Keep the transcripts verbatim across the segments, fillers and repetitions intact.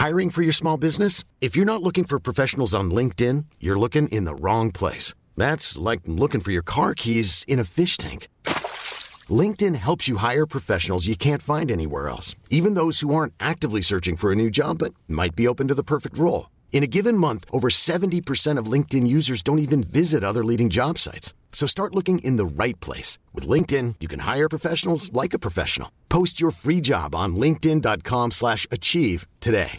Hiring for your small business? If you're not looking for professionals on LinkedIn, you're looking in the wrong place. That's like looking for your car keys in a fish tank. LinkedIn helps you hire professionals you can't find anywhere else, even those who aren't actively searching for a new job but might be open to the perfect role. In a given month, over seventy percent of LinkedIn users don't even visit other leading job sites. So start looking in the right place. With LinkedIn, you can hire professionals like a professional. Post your free job on linkedin dot com slash achieve today.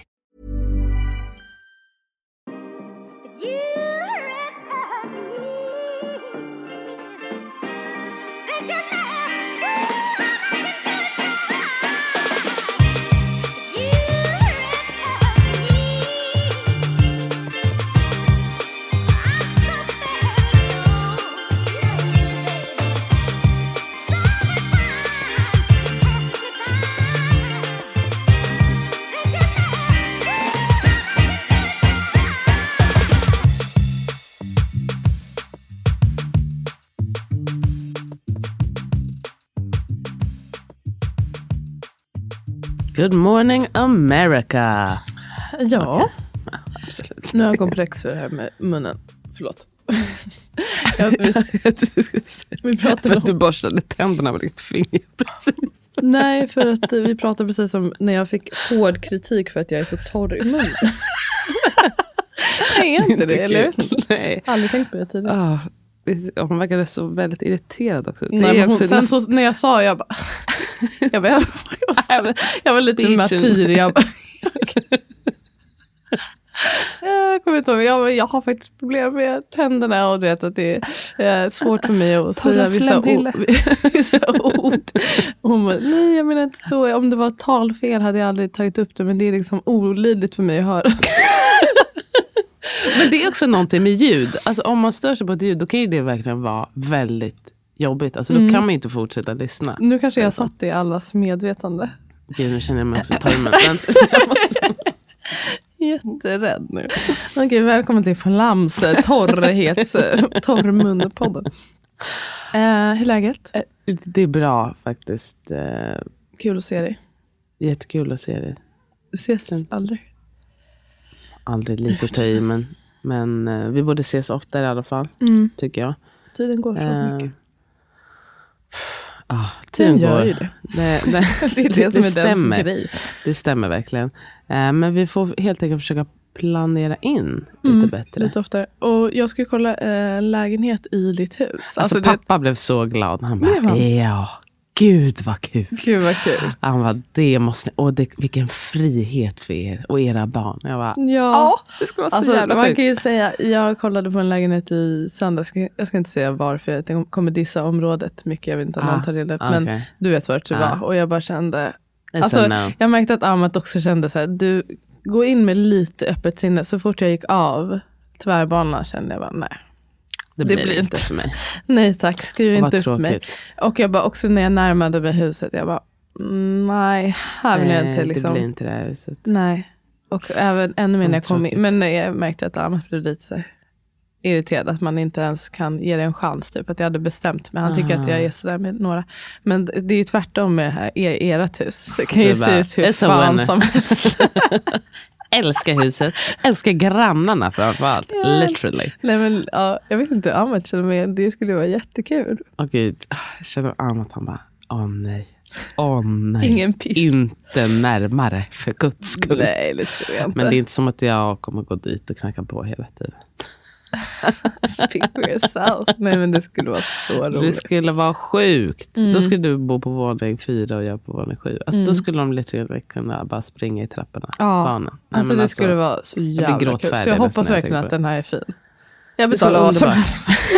Good morning America. Ja, okay. Ja, absolut. Nu har jag komplex för det här med munnen. Förlåt. ja, vi, vi pratade för att om... du borstade tänderna med ditt finger precis. Nej, för att vi pratade precis om när jag fick hård kritik för att jag är så torr i munnen. Nej, inte, inte det, eller? Nej. Aldrig tänkt på det tidigare. Oh. Hon verkade så väldigt irriterad också. Nej, det är hon, också sen så, när jag sa, jag bara... jag, bara, jag, jag, var, jag var lite martyr. Jag, bara, jag kommer inte ihåg. Jag, jag har faktiskt problem med tänderna och du vet att det är svårt för mig att säga vissa, o, vissa ord. Och hon bara, nej jag menar inte så. Om det var talfel hade jag aldrig tagit upp det. Men det är liksom olidligt för mig att höra. Men det är också någonting med ljud. Alltså om man stör sig på ett ljud, då kan ju det verkligen vara väldigt jobbigt. Alltså då mm. kan man inte fortsätta lyssna. Nu kanske jag satt i allas medvetande. Gud, nu känner jag mig också tajmen. Jätterädd nu. Okej, välkommen till Flams torrhets torrmunpodden. Eh, hur är läget? Det är bra faktiskt. Eh, Kul att se dig. Jättekul att se dig. Du ses aldrig. Aldrig lite att ta i, men, men uh, vi borde ses oftare i alla fall, mm. tycker jag. Tiden går så uh, mycket. Ah, tiden gör går. ju det. Det, det, det är det, det som det är stämmer. den grej. Det stämmer verkligen. Uh, men vi får helt enkelt försöka planera in lite mm, bättre. Lite oftare. Och jag ska kolla uh, lägenhet i ditt hus. Alltså, alltså pappa det... blev så glad. Han bara, ja. Gud vad kul. Gud vad kul. Han bara, det måste ni, och det, vilken frihet för er och era barn. Jag bara, ja, det skulle vara så alltså, jävla man sjukt. kan ju säga, jag kollade på en lägenhet i söndags. Jag ska inte säga varför, jag kommer dissa området mycket. Jag vet inte om ah, någon tar reda på, okay. men du vet vart det ah. var. Och jag bara kände, It's alltså no. jag märkte att Amat också kände så här, du går in med lite öppet sinne. Så fort jag gick av tvärbanan kände jag bara, nej. Det blir, det blir inte för mig. Nej tack, skriv inte upp tråkigt. mig. Och jag bara också när jag närmade mig huset, jag bara, mm, nej, här vill jag inte liksom. Det blir inte det här huset. Nej, och även ännu mer när jag kom in. Men jag märkte att Amat blev lite så här irriterad, att man inte ens kan ge det en chans, typ att jag hade bestämt mig. Han Aha. tycker att jag är sådär med några. Men det är ju tvärtom med det här, er, ert hus. Det kan ju se ut hur fan som helst. Älskar huset. Älskar grannarna framförallt. Ja. Literally. Nej men ja, jag vet inte hur Amat känner, men det skulle vara jättekul. Åh gud, jag känner Amat, han bara, åh nej. Åh nej. Ingen piss. Inte närmare för guds skull. Nej, det tror jag inte. Men det är inte som att jag kommer gå dit och knacka på hela tiden. Speak for yourself. Nej men det skulle vara så roligt. Det skulle vara sjukt. Mm. Då skulle du bo på våning fyra och jag på våning sju. Alltså mm. då skulle de lite kunna bara springa i trapporna. Ja, barnen. Nej, alltså det alltså, skulle vara så jävla kul. Så jag hoppas verkligen att den här är fin. Jag betalar vad som helst.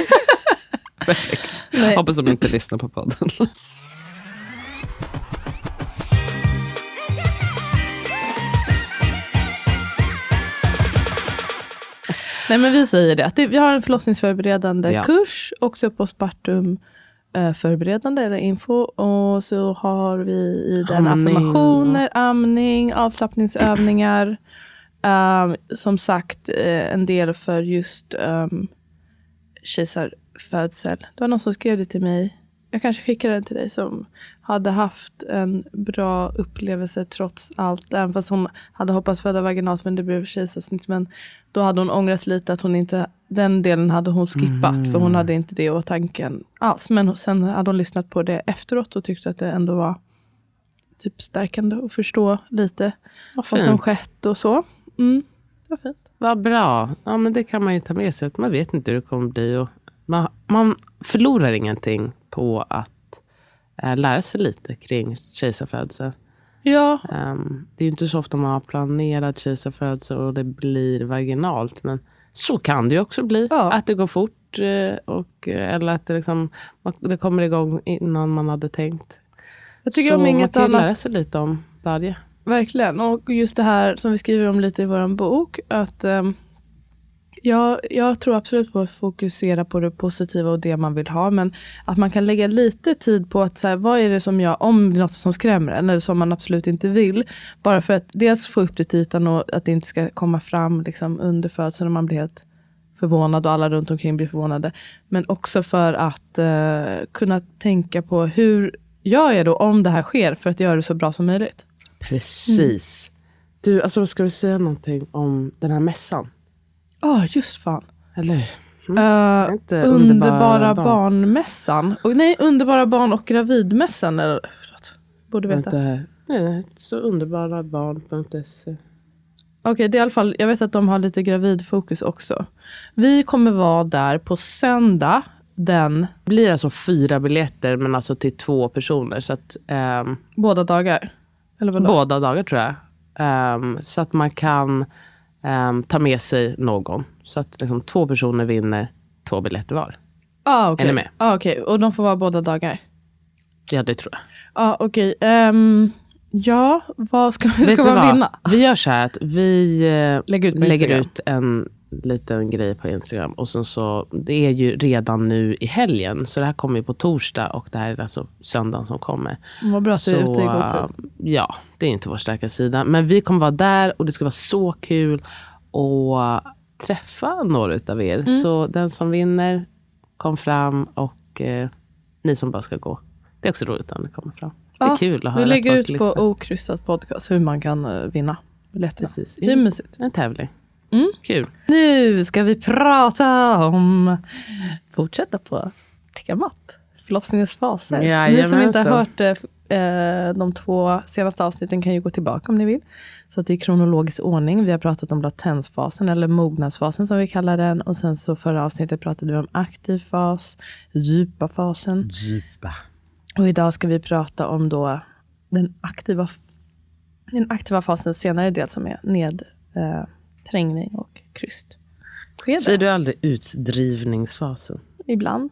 Hoppas de inte lyssnar på podden. Nej men vi säger det, att det, vi har en förlossningsförberedande ja. kurs också på Spartum eh, förberedande eller info, och så har vi i den amning. affirmationer, amning, avslappningsövningar, um, som sagt eh, en del för just um, kejsarfödsel. Det var någon som skrev det till mig jag kanske skickar den till dig som hade haft en bra upplevelse trots allt. Även fast hon hade hoppats föda vaginalt men det blev kejsarsnitt. Men då hade hon ångrat lite att hon inte, den delen hade hon skippat. Mm. För hon hade inte det och tanken alls. Men sen hade hon lyssnat på det efteråt och tyckte att det ändå var typ stärkande att förstå lite vad, vad som skett och så. Mm, det var fint. Vad bra. Ja, men det kan man ju ta med sig. Att man vet inte hur det kommer bli. Och man, man förlorar ingenting på att äh, lära sig lite kring kejsarfödsel. Ja. Um, det är ju inte så ofta man har planerat kejsarfödsel och det blir vaginalt. Men så kan det ju också bli. Ja. Att det går fort. Och, eller att det, liksom, det kommer igång innan man hade tänkt. Jag tycker så om inget man kan annat. lära sig lite om varje. Verkligen. Och just det här som vi skriver om lite i vår bok. Att um, jag, jag tror absolut på att fokusera på det positiva och det man vill ha. Men att man kan lägga lite tid på att så här, vad är det som jag, om det är något som skrämmer en eller som man absolut inte vill. Bara för att dels få upp det till ytan och att det inte ska komma fram liksom, under födseln och man blir helt förvånad och alla runt omkring blir förvånade. Men också för att uh, kunna tänka på hur gör jag då om det här sker för att göra det så bra som möjligt. Precis. Mm. Du, alltså ska vi säga någonting om den här mässan? Ja, oh, just fan. Eller mm. uh, underbara, underbara barn. barnmässan. Och, nej, underbara barn och gravidmässan. Eller, förlåt, borde veta. Vänta, nej, så underbara barn punkt se. Okej, okay, det är i alla fall, jag vet att de har lite gravidfokus också. Vi kommer vara där på söndag. Den blir alltså fyra biljetter men alltså till två personer. Så att, um, båda dagar? Eller vadå? Båda dagar tror jag. Um, så att man kan um, ta med sig någon. Så att liksom, två personer vinner två biljetter var. Ah, okay. Är ni med? Ah, okej. Okay. Och de får vara båda dagar? Ja, det tror jag. Ah, okej. Okay. Um, ja, vad ska, hur ska man vad? vinna? Vi gör så här att vi uh, lägger, ut, lägger ut en liten grej på Instagram. Och sen så, det är ju redan nu i helgen. Så det här kommer ju på torsdag. Och det här är alltså söndagen som kommer. Vad bra att du är ute i god tid. Ja, det är inte vår starka sida. Men vi kommer vara där och det ska vara så kul att träffa några utav er. Mm. Så den som vinner, kom fram. Och eh, ni som bara ska gå. Det är också roligt om det kommer fram. Det är ja, kul att höra. Vi lägger ut på Okryssat podcast hur man kan uh, vinna biljetter. Precis. Det är mysigt. En tävling. Mm. Kul. Nu ska vi prata om fortsätta på temat förlossningens faser. Ja, ni som inte har hört eh, de två senaste avsnitten kan ju gå tillbaka om ni vill. Så att det är kronologisk ordning. Vi har pratat om latensfasen eller mognadsfasen som vi kallar den. Och sen så förra avsnittet pratade vi om aktiv fas, djupa fasen. Djupa. Och idag ska vi prata om då den aktiva, den aktiva fasen senare del som är ned eh, trängning och kryst. Säger du aldrig utdrivningsfasen? Ibland.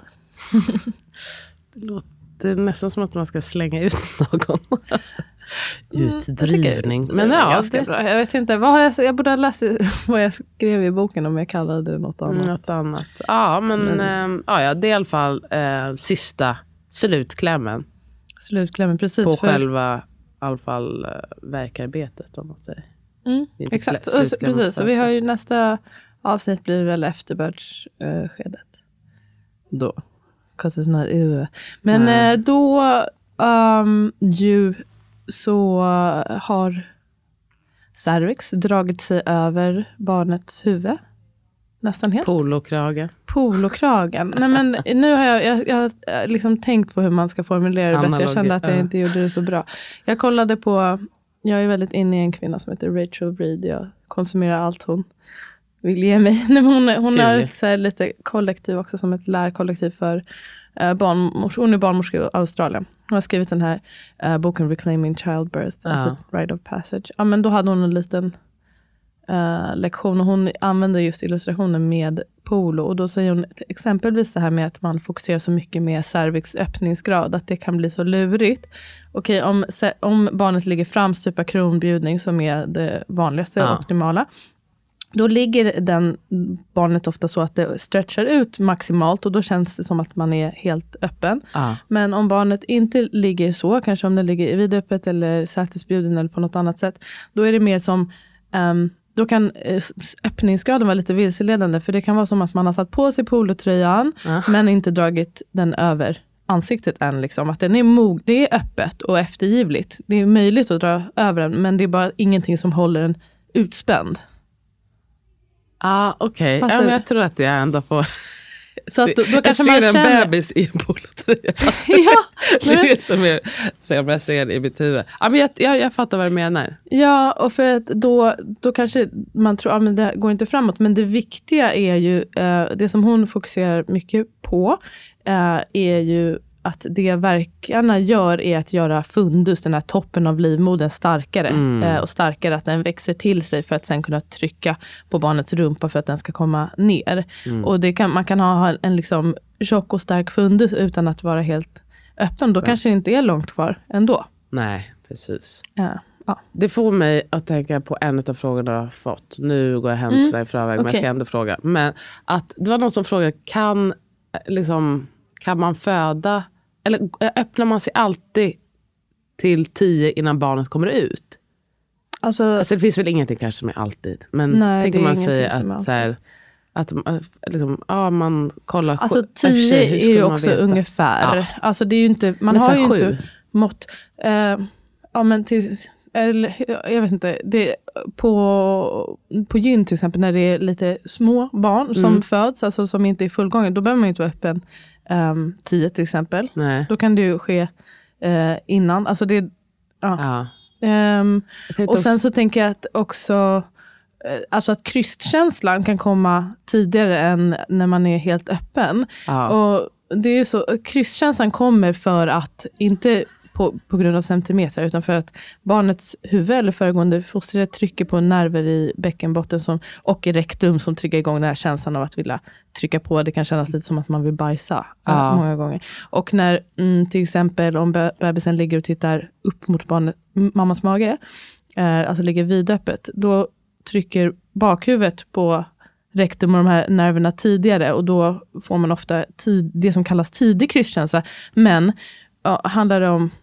Det låter nästan som att man ska slänga ut någon. Alltså, utdrivning. Mm, men ja, ganska det... bra. Jag vet inte, vad har jag, jag borde ha läst vad jag skrev i boken om jag kallade det något annat. Något annat. Ja, men, men... Äh, ja, det är i alla fall äh, sista slutklämmen. Slutklämmen, precis. På för... själva i alla fall äh, verkarbetet om man säger. Mm, exakt, och, precis. Så vi har ju nästa avsnitt blir väl efterbördsskedet. Uh, då. Uh. Men uh, då um, ju så uh, har cervix dragit sig över barnets huvud. Nästan helt. Polokrage. Polokragen. Nej, men nu har jag, jag, jag har liksom tänkt på hur man ska formulera det bättre. Jag kände att jag inte gjorde det så bra. Jag kollade på, jag är väldigt inne i en kvinna som heter Rachel Breed. Jag konsumerar allt hon vill ge mig. Hon, hon är så här, lite kollektiv också, som ett lärkollektiv för uh, barnmorskor. Hon är barnmorska i Australien. Hon har skrivit den här uh, boken Reclaiming Childbirth uh. as a Rite of Passage. Ja, men då hade hon en liten uh, lektion och hon använder just illustrationen med polo. Och då säger hon exempelvis det här med att man fokuserar så mycket med cervix öppningsgrad, att det kan bli så lurigt. Okej, om, om barnet ligger framstupa kronbjudning som är det vanligaste och ja. optimala, då ligger den barnet ofta så att det stretchar ut maximalt och då känns det som att man är helt öppen. Ah. Men om barnet inte ligger så, kanske om det ligger vidöppet eller sätesbjuden eller på något annat sätt, då är det mer som, um, då kan öppningsgraden vara lite vilseledande, för det kan vara som att man har satt på sig polotröjan ah. men inte dragit den över ansiktet än. Liksom. Att den är mog, det är öppet och eftergivligt. Det är möjligt att dra över den, men det är bara ingenting som håller den utspänd. Ah, okej. Okay. Ja, men jag tror att jag ändå får... Så att då, då kanske jag ser man en känner... bebis i en polotröja. Ja, det är det som är, som jag ser i mitt huvud. Ja, men jag, jag, jag fattar vad du menar. Ja, och för att då, då kanske man tror att ah, det går inte framåt. Men det viktiga är ju, eh, det som hon fokuserar mycket på, eh, är ju att det verkarna gör är att göra fundus, den här toppen av livmodern, starkare. Mm. Eh, och starkare, att den växer till sig för att sen kunna trycka på barnets rumpa för att den ska komma ner. Mm. Och det kan, man kan ha en liksom tjock och stark fundus utan att vara helt öppen. Då ja. kanske det inte är långt kvar ändå. Nej, precis. Ja. Ja. Det får mig att tänka på en av frågorna jag har fått. Nu går jag händelserna mm. i förväg, men okay. jag ska ändå fråga. Men att det var någon som frågade, kan, liksom, kan man föda... Eller öppnar man sig alltid till tio innan barnet kommer ut? Alltså, alltså det finns väl ingenting kanske som är alltid. Men nej, tänker man sig att, så här, att liksom, ja, man kollar... Alltså tio sig, är ju också veta? Ungefär. Ja. Alltså det är ju inte... Man men har ju sju. Inte mått... Eh, ja men till... Eller, jag vet inte. Det, på, på gyn till exempel när det är lite små barn som mm. föds. Alltså som inte är fullgångna. Då behöver man ju inte vara öppen. Um, tio till exempel. Nej. Då kan det ju ske uh, innan. Alltså det, ja. Ja. Um, och sen också... så tänker jag att också uh, alltså att krystkänslan kan komma tidigare än när man är helt öppen. Ja. Och det är ju så, krystkänslan kommer för att inte på, på grund av centimeter, utan för att barnets huvud eller föregående fostret trycker på nerver i bäckenbotten som, och i rektum som triggar igång den här känslan av att vilja trycka på. Det kan kännas lite som att man vill bajsa ja. äh, många gånger. Och när mm, till exempel om bebisen ligger och tittar upp mot barnet, mammas mage, eh, alltså ligger vidöppet, då trycker bakhuvudet på rektum och de här nerverna tidigare, och då får man ofta tid, det som kallas tidig krystkänsla. Men ja, handlar det om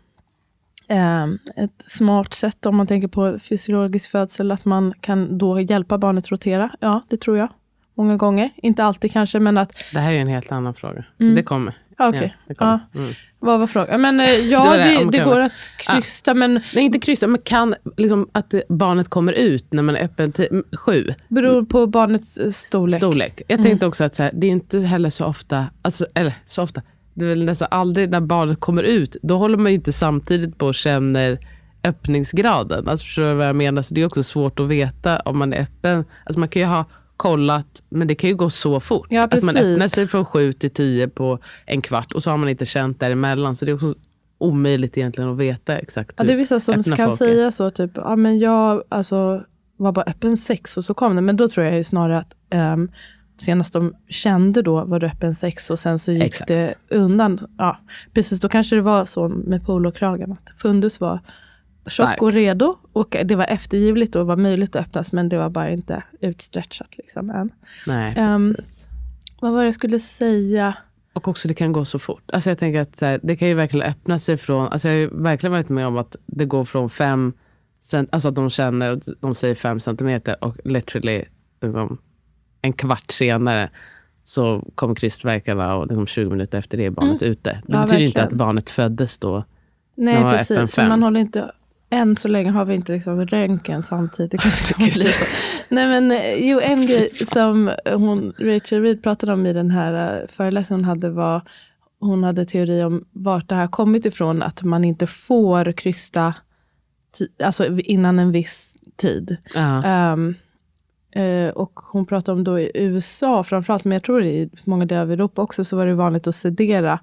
eh, ett smart sätt om man tänker på fysiologisk födsel, att man kan då hjälpa barnet att rotera? Ja, det tror jag. Många gånger. Inte alltid kanske, men att... Det här är ju en helt annan fråga. Mm. Det kommer. Okej. Okay. Ja, ja. Mm. Vad var frågan? Men ja, det, det, det, det går att krysta, ja. men... Nej, inte krysta, men kan liksom att barnet kommer ut när man är öppen till sju? Beror på barnets storlek. Storlek. Jag tänkte mm. också att så här, det är inte heller så ofta, alltså, eller så ofta, det är väl nästan aldrig när barnet kommer ut, då håller man ju inte samtidigt på och känner öppningsgraden. Alltså förstår du vad jag menar? Så det är också svårt att veta om man är öppen. Alltså man kan ju ha kollat, men det kan ju gå så fort. Ja, att man öppnar sig från sju till tio på en kvart och så har man inte känt däremellan. Så det är också omöjligt egentligen att veta exakt hur. Ja, det är vissa som kan säga så, typ, ja men jag alltså, var bara öppen sex och så kom det. Men då tror jag ju snarare att um, senast de kände då var det öppen sex och sen så gick exakt. Det undan. Ja, precis, då kanske det var så med polokragen att fundus var tjock och redo, och det var eftergivligt och var möjligt att öppnas, men det var bara inte utstretchat liksom än. Nej, um, vad var det jag skulle säga? Och också det kan gå så fort. Alltså jag tänker att så här, det kan ju verkligen öppna sig från, alltså jag har ju verkligen varit med om att det går från fem cent, alltså att de känner, de säger fem centimeter och literally liksom, en kvart senare så kommer krystverkarna och liksom tjugo minuter efter det är barnet mm. ute. Det ja, betyder ju inte att barnet föddes då. Nej, när man precis. Öppen fem. Man håller inte, än så länge har vi inte liksom röntgen samtidigt. Det kanske kan bli så. Nej men jo, en grej som hon, Rachel Reed pratade om i den här föreläsningen hon hade var, hon hade teori om vart det här kommit ifrån, att man inte får krysta t- alltså innan en viss tid. Uh-huh. Um, Uh, och hon pratade om då i U S A framförallt, men jag tror i många delar av Europa också, så var det vanligt att sedera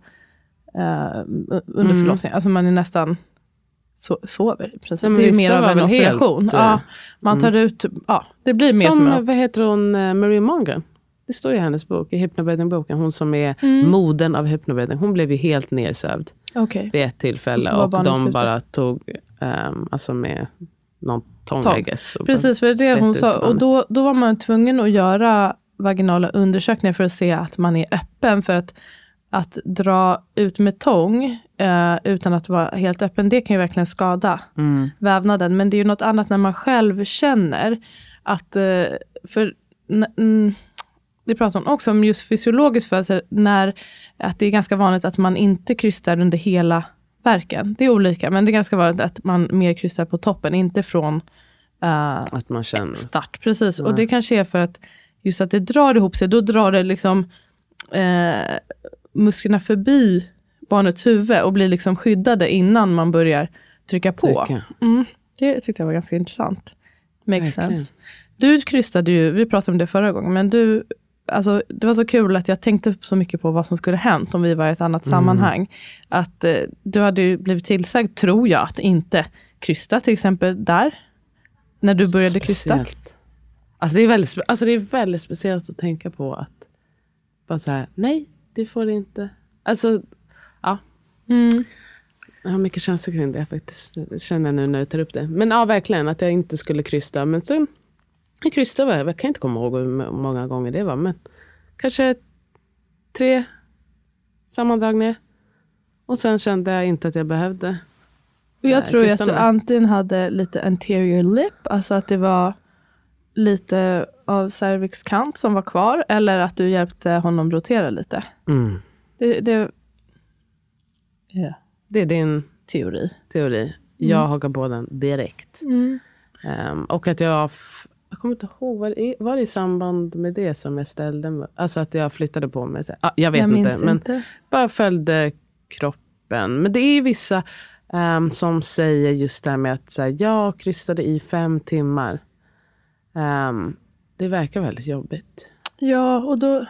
uh, under mm. förlossningen. Alltså man är nästan so- sover. Precis. Ja, det är mer av en operation. Helt, ja, man tar mm. ut, ja, det blir mer som, som en, vad heter hon, uh, Marie Mongan? Det står i hennes bok, i hypnobreathing-boken. Hon som är mm. moden av hypnobreathing. Hon blev ju helt nedsövd okay. vid ett tillfälle. Och, och de bara tog, um, alltså med någon tång. Precis, för det hon sa. Och då, då var man tvungen att göra vaginala undersökningar för att se att man är öppen. För att, att dra ut med tång uh, utan att vara helt öppen, det kan ju verkligen skada mm. vävnaden. Men det är ju något annat när man själv känner att, uh, för... N- n- det pratar hon också om just fysiologisk födelse, när att det är ganska vanligt att man inte krystar under hela verken. Det är olika, men det är ganska vanligt att man mer krystar på toppen, inte från uh, att man känner start. Precis, Nej. och det kanske är för att just att det drar ihop sig, då drar det liksom uh, musklerna förbi barnets huvud och blir liksom skyddade innan man börjar trycka på. Trycka. Mm, det tyckte jag var ganska intressant. Makes Verkligen. sense. Du krystade ju, vi pratade om det förra gången, men du, alltså, det var så kul att jag tänkte så mycket på vad som skulle hänt om vi var i ett annat mm. sammanhang. Att eh, du hade ju blivit tillsagd, tror jag, att inte krysta till exempel där. När du började krysta. Alltså det är väldigt, alltså det är väldigt speciellt att tänka på att bara så här, nej, du får inte. Alltså, ja. Mm. Jag har mycket känslor kring det faktiskt. Det känner jag nu när du tar upp det. Men ja, verkligen att jag inte skulle krysta. Men så, jag krystade var jag. Jag kan inte komma ihåg hur många gånger det var. Men kanske tre sammandragningar. Och sen kände jag inte att jag behövde. Och jag tror att du antingen hade lite anterior lip. Alltså att det var lite av cervixkant som var kvar. Eller att du hjälpte honom rotera lite. Mm. Det, det, yeah. det är din teori. teori. Mm. Jag hakar på den direkt. Mm. Um, och att jag... Jag kommer inte ihåg, var det, var det i samband med det som jag ställde mig? Alltså att jag flyttade på mig. Så, ah, jag vet jag inte, men inte. Bara följde kroppen. Men det är vissa um, som säger just det här med att så här, jag krystade i fem timmar. Um, det verkar väldigt jobbigt. Ja, och då...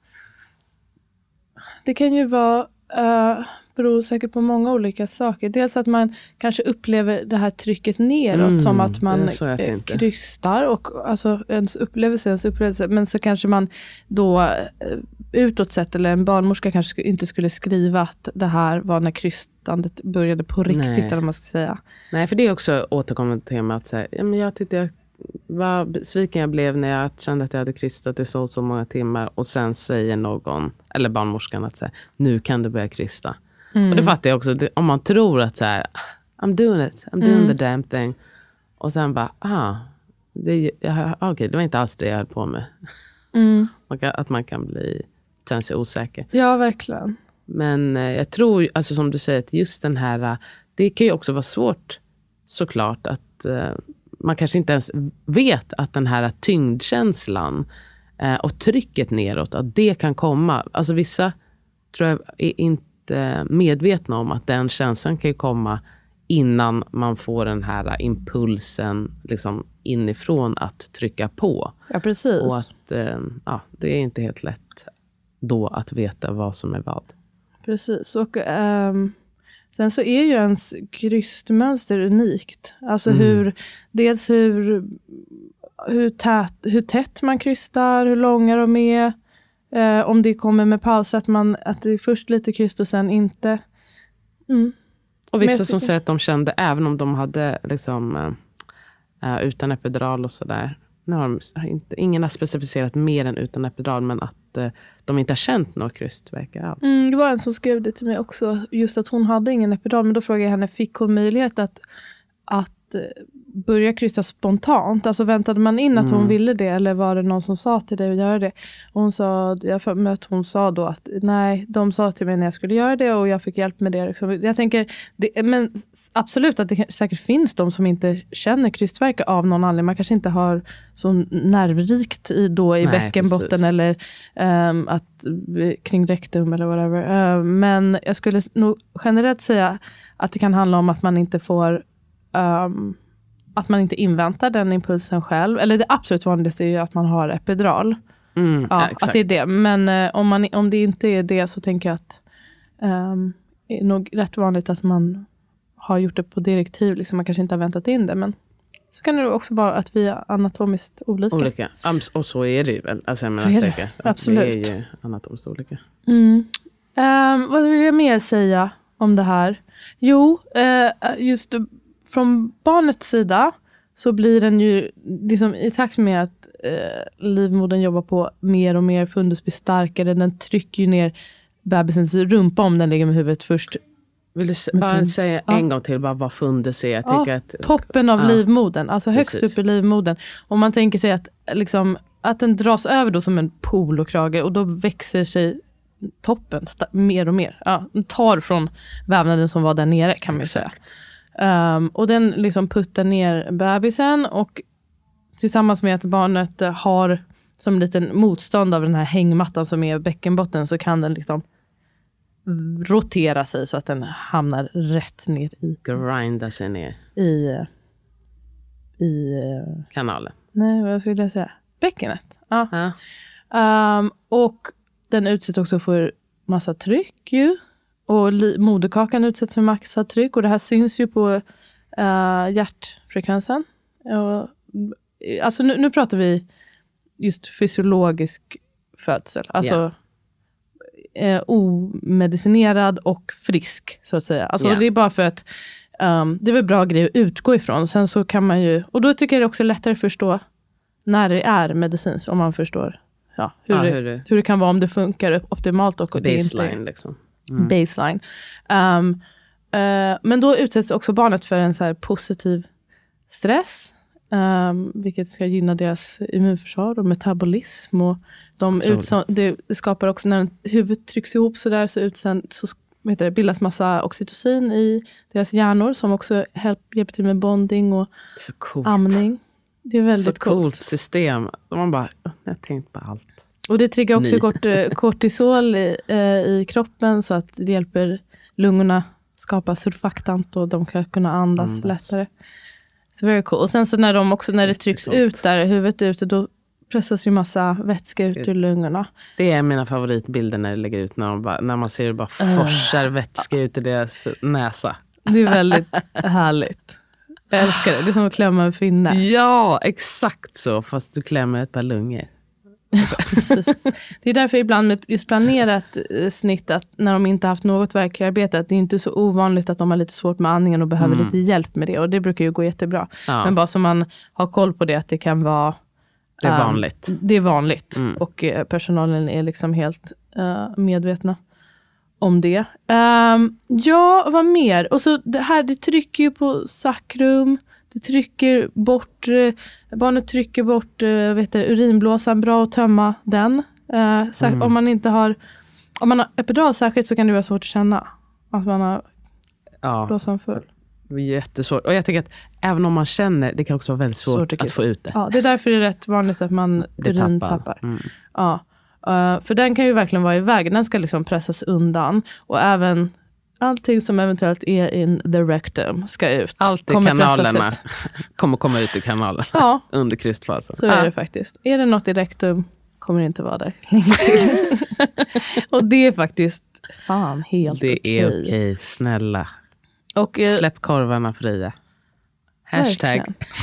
Det kan ju vara... Uh, beror säkert på många olika saker. Dels att man kanske upplever det här trycket neråt mm, som att man eh, krystar och alltså ens upplevelse, ens upplevelse. Men så kanske man då eh, utåt sett, eller en barnmorska kanske inte skulle skriva att det här var när krystandet började på riktigt. Nej. Eller vad man ska säga. Nej, för det är också återkommande tema att säga, ja, men jag tyckte jag vad besviken jag blev när jag kände att jag hade krystat i så så många timmar och sen säger någon, eller barnmorskan att säga, nu kan du börja krysta. Mm. Och det fattar jag också, det, om man tror att så här, I'm doing it, I'm doing mm. the damn thing. Och sen bara, ah, det, jag, okay, det var inte alls det jag höll på med. Mm. man kan, att man kan bli, känna sig osäker. Ja, verkligen. Men eh, jag tror, alltså som du säger, att just den här, det kan ju också vara svårt såklart att eh, man kanske inte ens vet att den här tyngdkänslan eh, och trycket neråt, att det kan komma. Alltså vissa tror jag är inte medvetna om att den känslan kan ju komma innan man får den här impulsen liksom inifrån att trycka på. Ja, precis. Och att eh, ja, det är inte helt lätt då att veta vad som är vad. Precis. Och um, sen så är ju ens krystmönster unikt. Alltså mm. hur, dels hur, hur, tät, hur tätt man krystar, hur långa de är. Eh, om det kommer med paus, att, man, att det är först lite kryst och sen inte. Mm. Och vissa som säger att de kände, även om de hade liksom, äh, utan epidural och sådär. Nu har de, inte, ingen har specificerat mer än utan epidural, men att äh, de inte har känt något krystverkar alls. Mm, det var en som skrev det till mig också, just att hon hade ingen epidural, men då frågade jag henne, fick hon möjlighet att, att börja krysta spontant? Alltså väntade man in att mm. hon ville det, eller var det någon som sa till dig att göra det? Och hon sa, jag mötte hon sa då att nej, de sa till mig när jag skulle göra det och jag fick hjälp med det. Jag tänker, det, men absolut att det säkert finns de som inte känner krystverkar av någon anledning. Man kanske inte har så nervrikt i, då i nej, bäckenbotten precis. Eller um, att, kring rektum eller whatever. Uh, men jag skulle nog generellt säga att det kan handla om att man inte får Um, att man inte inväntar den impulsen själv. Eller det absolut vanligaste är ju att man har epidural. Mm, ja, exakt. Att det är det. Men uh, om, man, om det inte är det, så tänker jag att um, det är nog rätt vanligt att man har gjort det på direktiv. Liksom. Man kanske inte har väntat in det. Men så kan det också vara att vi är anatomiskt olika. Olika. Um, och så är det ju väl. Alltså, jag menar, så är det. Tänker, absolut. Det är ju anatomiskt olika. Mm. Um, vad vill jag mer säga om det här? Jo, uh, just från barnets sida så blir den ju liksom, i takt med att eh, livmodern jobbar på mer och mer, fundus blir starkare, den trycker ju ner bebisens rumpa om den ligger med huvudet först. Vill du s- bara säga ja. en gång till bara vad fundus är? Jag ja, att, toppen av ja. livmodern, alltså högst Precis. upp i livmodern. Om man tänker sig att liksom, att den dras över då som en polokrage och då växer sig toppen sta- mer och mer. Ja, den tar från vävnaden som var där nere kan man ju säga. Um, och den liksom puttar ner bebisen och tillsammans med att barnet har som liten motstånd av den här hängmattan som är bäckenbotten så kan den liksom rotera sig så att den hamnar rätt ner i Grinda sig ner i i kanalen. Nej, vad skulle jag säga? Bäckenet. Ja. Ja. Um, och den utsätts också för massa tryck ju. Och li- moderkakan utsätts för massa tryck. Och det här syns ju på uh, hjärtfrekvensen. Och, alltså nu, nu pratar vi just fysiologisk födsel. Alltså yeah. eh, omedicinerad och frisk så att säga. Alltså yeah. det är bara för att um, det är väl bra grej att utgå ifrån. Sen så kan man ju, och då tycker jag det också är lättare att förstå när det är medicinskt. Om man förstår ja, hur, ja, det, hur, det, hur det kan vara om det funkar optimalt. Och baseline det inte, liksom. Mm. Baseline. Um, uh, men då utsätts också barnet för en så här positiv stress. Um, vilket ska gynna deras immunförsvar och metabolism. Och de utso- det skapar också när huvudet trycks ihop så där så, utsänd, så vad heter det, bildas massa oxytocin i deras hjärnor som också help, hjälper till med bonding och så coolt. Amning. Det är väldigt så coolt. coolt system. Man bara, jag har tänkt på allt. Och det triggar också kort, kortisol i, eh, i kroppen så att det hjälper lungorna skapa surfaktant och de kan kunna andas, andas. lättare. Så very cool. Och sen så när de också när det trycks ut där, huvudet ute, då pressas ju massa vätska ut ur lungorna. Det är mina favoritbilder när det lägger ut, när, de bara, när man ser det bara forsar uh. vätska ut i deras näsa. Det är väldigt härligt. Jag älskar det. Det är som att klämma en finne. Ja, exakt så. Fast du klämmer ett par lungor. Precis. Det är därför ibland med just planerat snitt att när de inte haft något verkarbete att det är inte så ovanligt att de har lite svårt med andningen och behöver mm. lite hjälp med det. Och det brukar ju gå jättebra. Ja. Men bara så man har koll på det att det kan vara det är vanligt. Um, det är vanligt. Mm. Och uh, personalen är liksom helt uh, medvetna om det. Um, ja, vad mer? Och så det här, det trycker ju på sakrum. Det trycker bort, barnet trycker bort vet du, urinblåsan, bra att tömma den. Eh, mm. Om man inte har, om man har epidural särskilt så kan det vara svårt att känna att man har ja. blåsan full. Det är jättesvårt. Och jag tänker att även om man känner, det kan också vara väldigt svårt, svårt att få ut det. Ja, det är därför det är rätt vanligt att man urin tappar. tappar. Mm. Ja, uh, för den kan ju verkligen vara i vägen. Den ska liksom pressas undan. Och även allting som eventuellt är in the rectum ska ut. Allt i kanalerna kommer komma ut i kanalen ja. under krystfasen. Så är det faktiskt. Är det något i rektum kommer det inte vara där länge till. Och det är faktiskt fan helt okej. Det är okej, okay, snälla. Och, eh, släpp korvarna fria. Hashtag.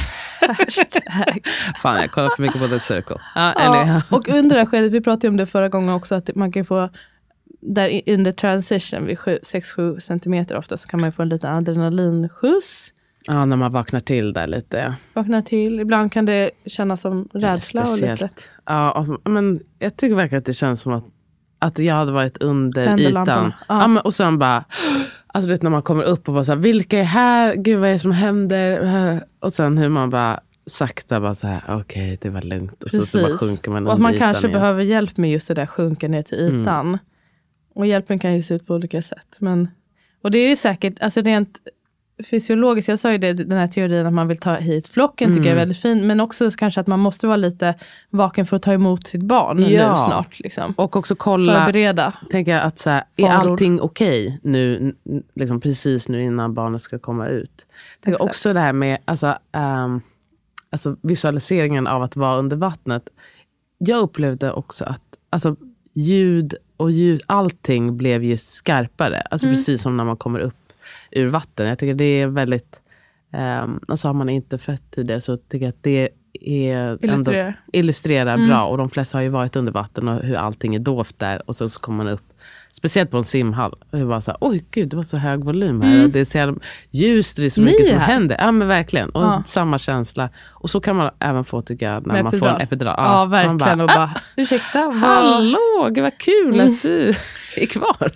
Hashtag. Fan, jag kollar för mycket på The Circle. Ah, ja, och under det här skedet, vi pratade om det förra gången också, att man kan få där under transition vid sex till sju centimeter ofta så kan man få en liten adrenalinskjuts. Ja, när man vaknar till där lite. Vaknar till. Ibland kan det kännas som rädsla och lite. Ja, och, men jag tycker verkligen att det känns som att, att jag hade varit under ytan. Ja. Ja, men, och sen bara, alltså vet när man kommer upp och bara så här, vilka är här? Gud, vad är det som händer? Och sen hur man bara sakta bara så här, okej, okay, det var lugnt. Och så, så bara sjunker man under ytan. Och att man ytan kanske igen. behöver hjälp med just det där sjunka ner till ytan. Mm. Och hjälpen kan ju se ut på olika sätt. Men, och det är ju säkert, alltså rent fysiologiskt, jag sa ju det, den här teorin att man vill ta hit flocken tycker mm. jag är väldigt fin. Men också kanske att man måste vara lite vaken för att ta emot sitt barn ja. nu snart. Liksom. Och också kolla, förbereda. Tänker jag att så här, är allting okej okay nu, liksom precis nu innan barnet ska komma ut? Tänker också det här med alltså, um, alltså visualiseringen av att vara under vattnet. Jag upplevde också att alltså, ljud och ljud, allting blev ju skarpare. Alltså mm. precis som när man kommer upp ur vatten. Jag tycker det är väldigt, um, alltså har man inte fött tidigare så tycker jag att det är illustrerar, ändå, illustrerar mm. bra. Och de flesta har ju varit under vatten och hur allting är dovt där. Och sen så kommer man upp, speciellt på en simhall. Och det var så här, oj gud, det var så hög volym här. Mm. Och det är så ljust, det är så mycket Ni som här. händer. Ja men verkligen. Och ja. samma känsla. Och så kan man även få tycka när Med man epidural. får en epidural. Ja, ja verkligen. Bara, och bara, ursäkta. Vad... Hallå, gud vad kul mm. att du är kvar.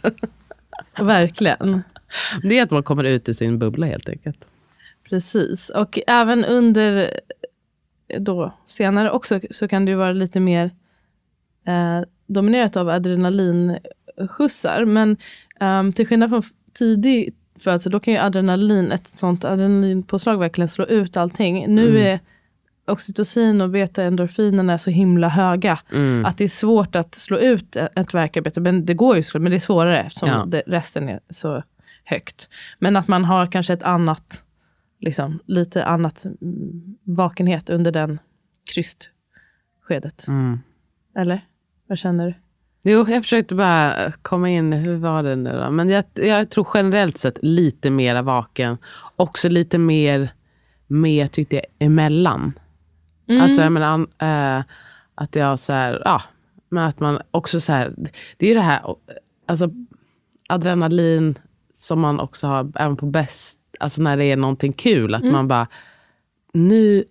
Verkligen. Det är att man kommer ut i sin bubbla helt enkelt. Precis. Och även under då senare också så kan det ju vara lite mer eh, dominerat av adrenalinskjutsar. Men um, till skillnad från tidig födsel, då kan ju adrenalin, ett sånt adrenalinpåslag verkligen slå ut allting. Nu mm. är oxytocin och beta-endorfinerna så himla höga mm. att det är svårt att slå ut ett värkarbete. Men det går ju så, men det är svårare eftersom ja. det, resten är så högt. Men att man har kanske ett annat, liksom lite annat vakenhet under den krystskedet. Mm. Eller? Vad känner du? Jo, jag försökte bara komma in, hur var det nu då? Men jag, jag tror generellt sett lite mera vaken. Också lite mer, mer tyckte jag, emellan. Mm. Alltså jag menar, äh, att jag så här, ja, men att man också så här, det är ju det här, alltså adrenalin som man också har även på bäst, alltså när det är någonting kul, att mm. man bara, nu,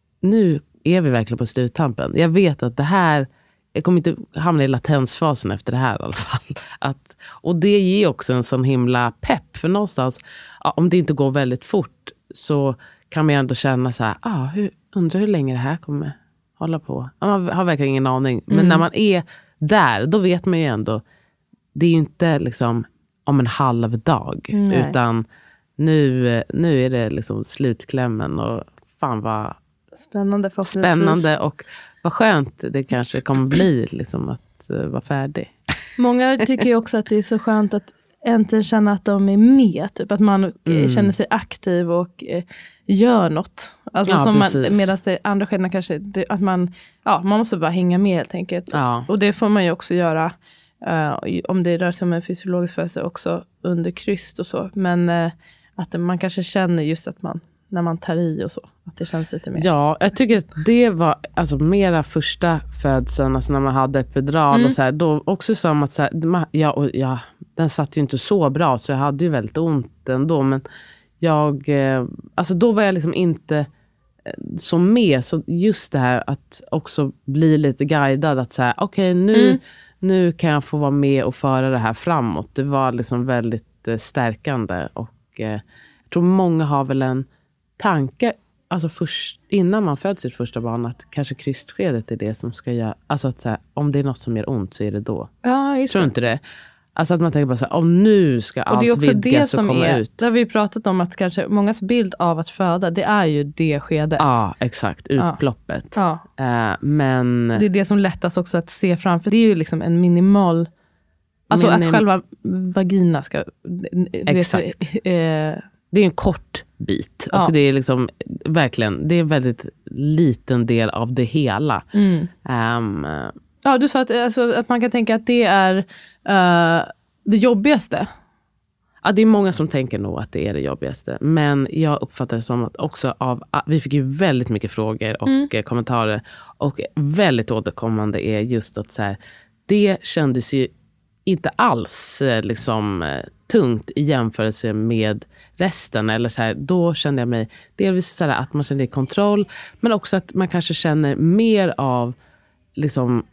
nu är vi verkligen på sluttampen. Jag vet att det här, jag kommer inte hamna i latensfasen efter det här i alla fall. Att, och det ger också en sån himla pepp, för någonstans, ja, om det inte går väldigt fort så kan man ju ändå känna så här, ah, hur, undrar hur länge det här kommer hålla på. Man har verkligen ingen aning. Men mm. när man är där, då vet man ju ändå, det är ju inte liksom om en halv dag. Nej. Utan nu, nu är det liksom slutklämmen och fan vad spännande, spännande och vad skönt det kanske kommer bli liksom att uh, vara färdig. Många tycker ju också att det är så skönt att äntligen känna att de är med. Typ att man mm. känner sig aktiv och eh, gör något. Alltså ja, som man, medan det andra skedena kanske, det, att man, ja, man måste bara hänga med helt enkelt. Ja. Och det får man ju också göra uh, om det rör sig om en fysiologisk födelse också under kryst och så. Men uh, att man kanske känner just att man, när man tar i och så, att det känns lite mer. Ja, jag tycker att det var alltså mera första födseln, alltså när man hade epidural mm. och så här, då också som att så här, ja, och ja, den satt ju inte så bra så jag hade ju väldigt ont ändå, men jag, eh, alltså då var jag liksom inte så med, så just det här att också bli lite guidad, att så här, okej, okay, nu, mm. nu kan jag få vara med och föra det här framåt. Det var liksom väldigt eh, stärkande och eh, jag tror många har väl en tanke, alltså först, innan man föds sitt första barn, att kanske krystskedet är det som ska göra, alltså att så här, om det är något som gör ont så är det då. Ja, just tror inte det. Alltså att man tänker bara så här, om nu ska allt vidgas och komma ut. Och det är också det som är, där har vi pratat om att kanske mångas bild av att föda, det är ju det skedet. Ja, exakt. Utploppet. Ja. Uh, men... Det är det som lättast också att se framför. Det är ju liksom en minimal, alltså Minim... att själva vagina ska... Exakt. Vet, uh... Det är en kort bit. Ja. Och det är liksom verkligen, det är en väldigt liten del av det hela. Mm. Um, ja, du sa att, alltså, att man kan tänka att det är uh, det jobbigaste. Ja, det är många som tänker nog att det är det jobbigaste. Men jag uppfattar det som att också av, vi fick ju väldigt mycket frågor och mm. kommentarer. Och väldigt återkommande är just att så här, det kändes ju inte alls liksom tungt i jämförelse med resten. Eller så här, då kände jag mig delvis så här, att man kände kontroll. Men också att man kanske känner mer av liksom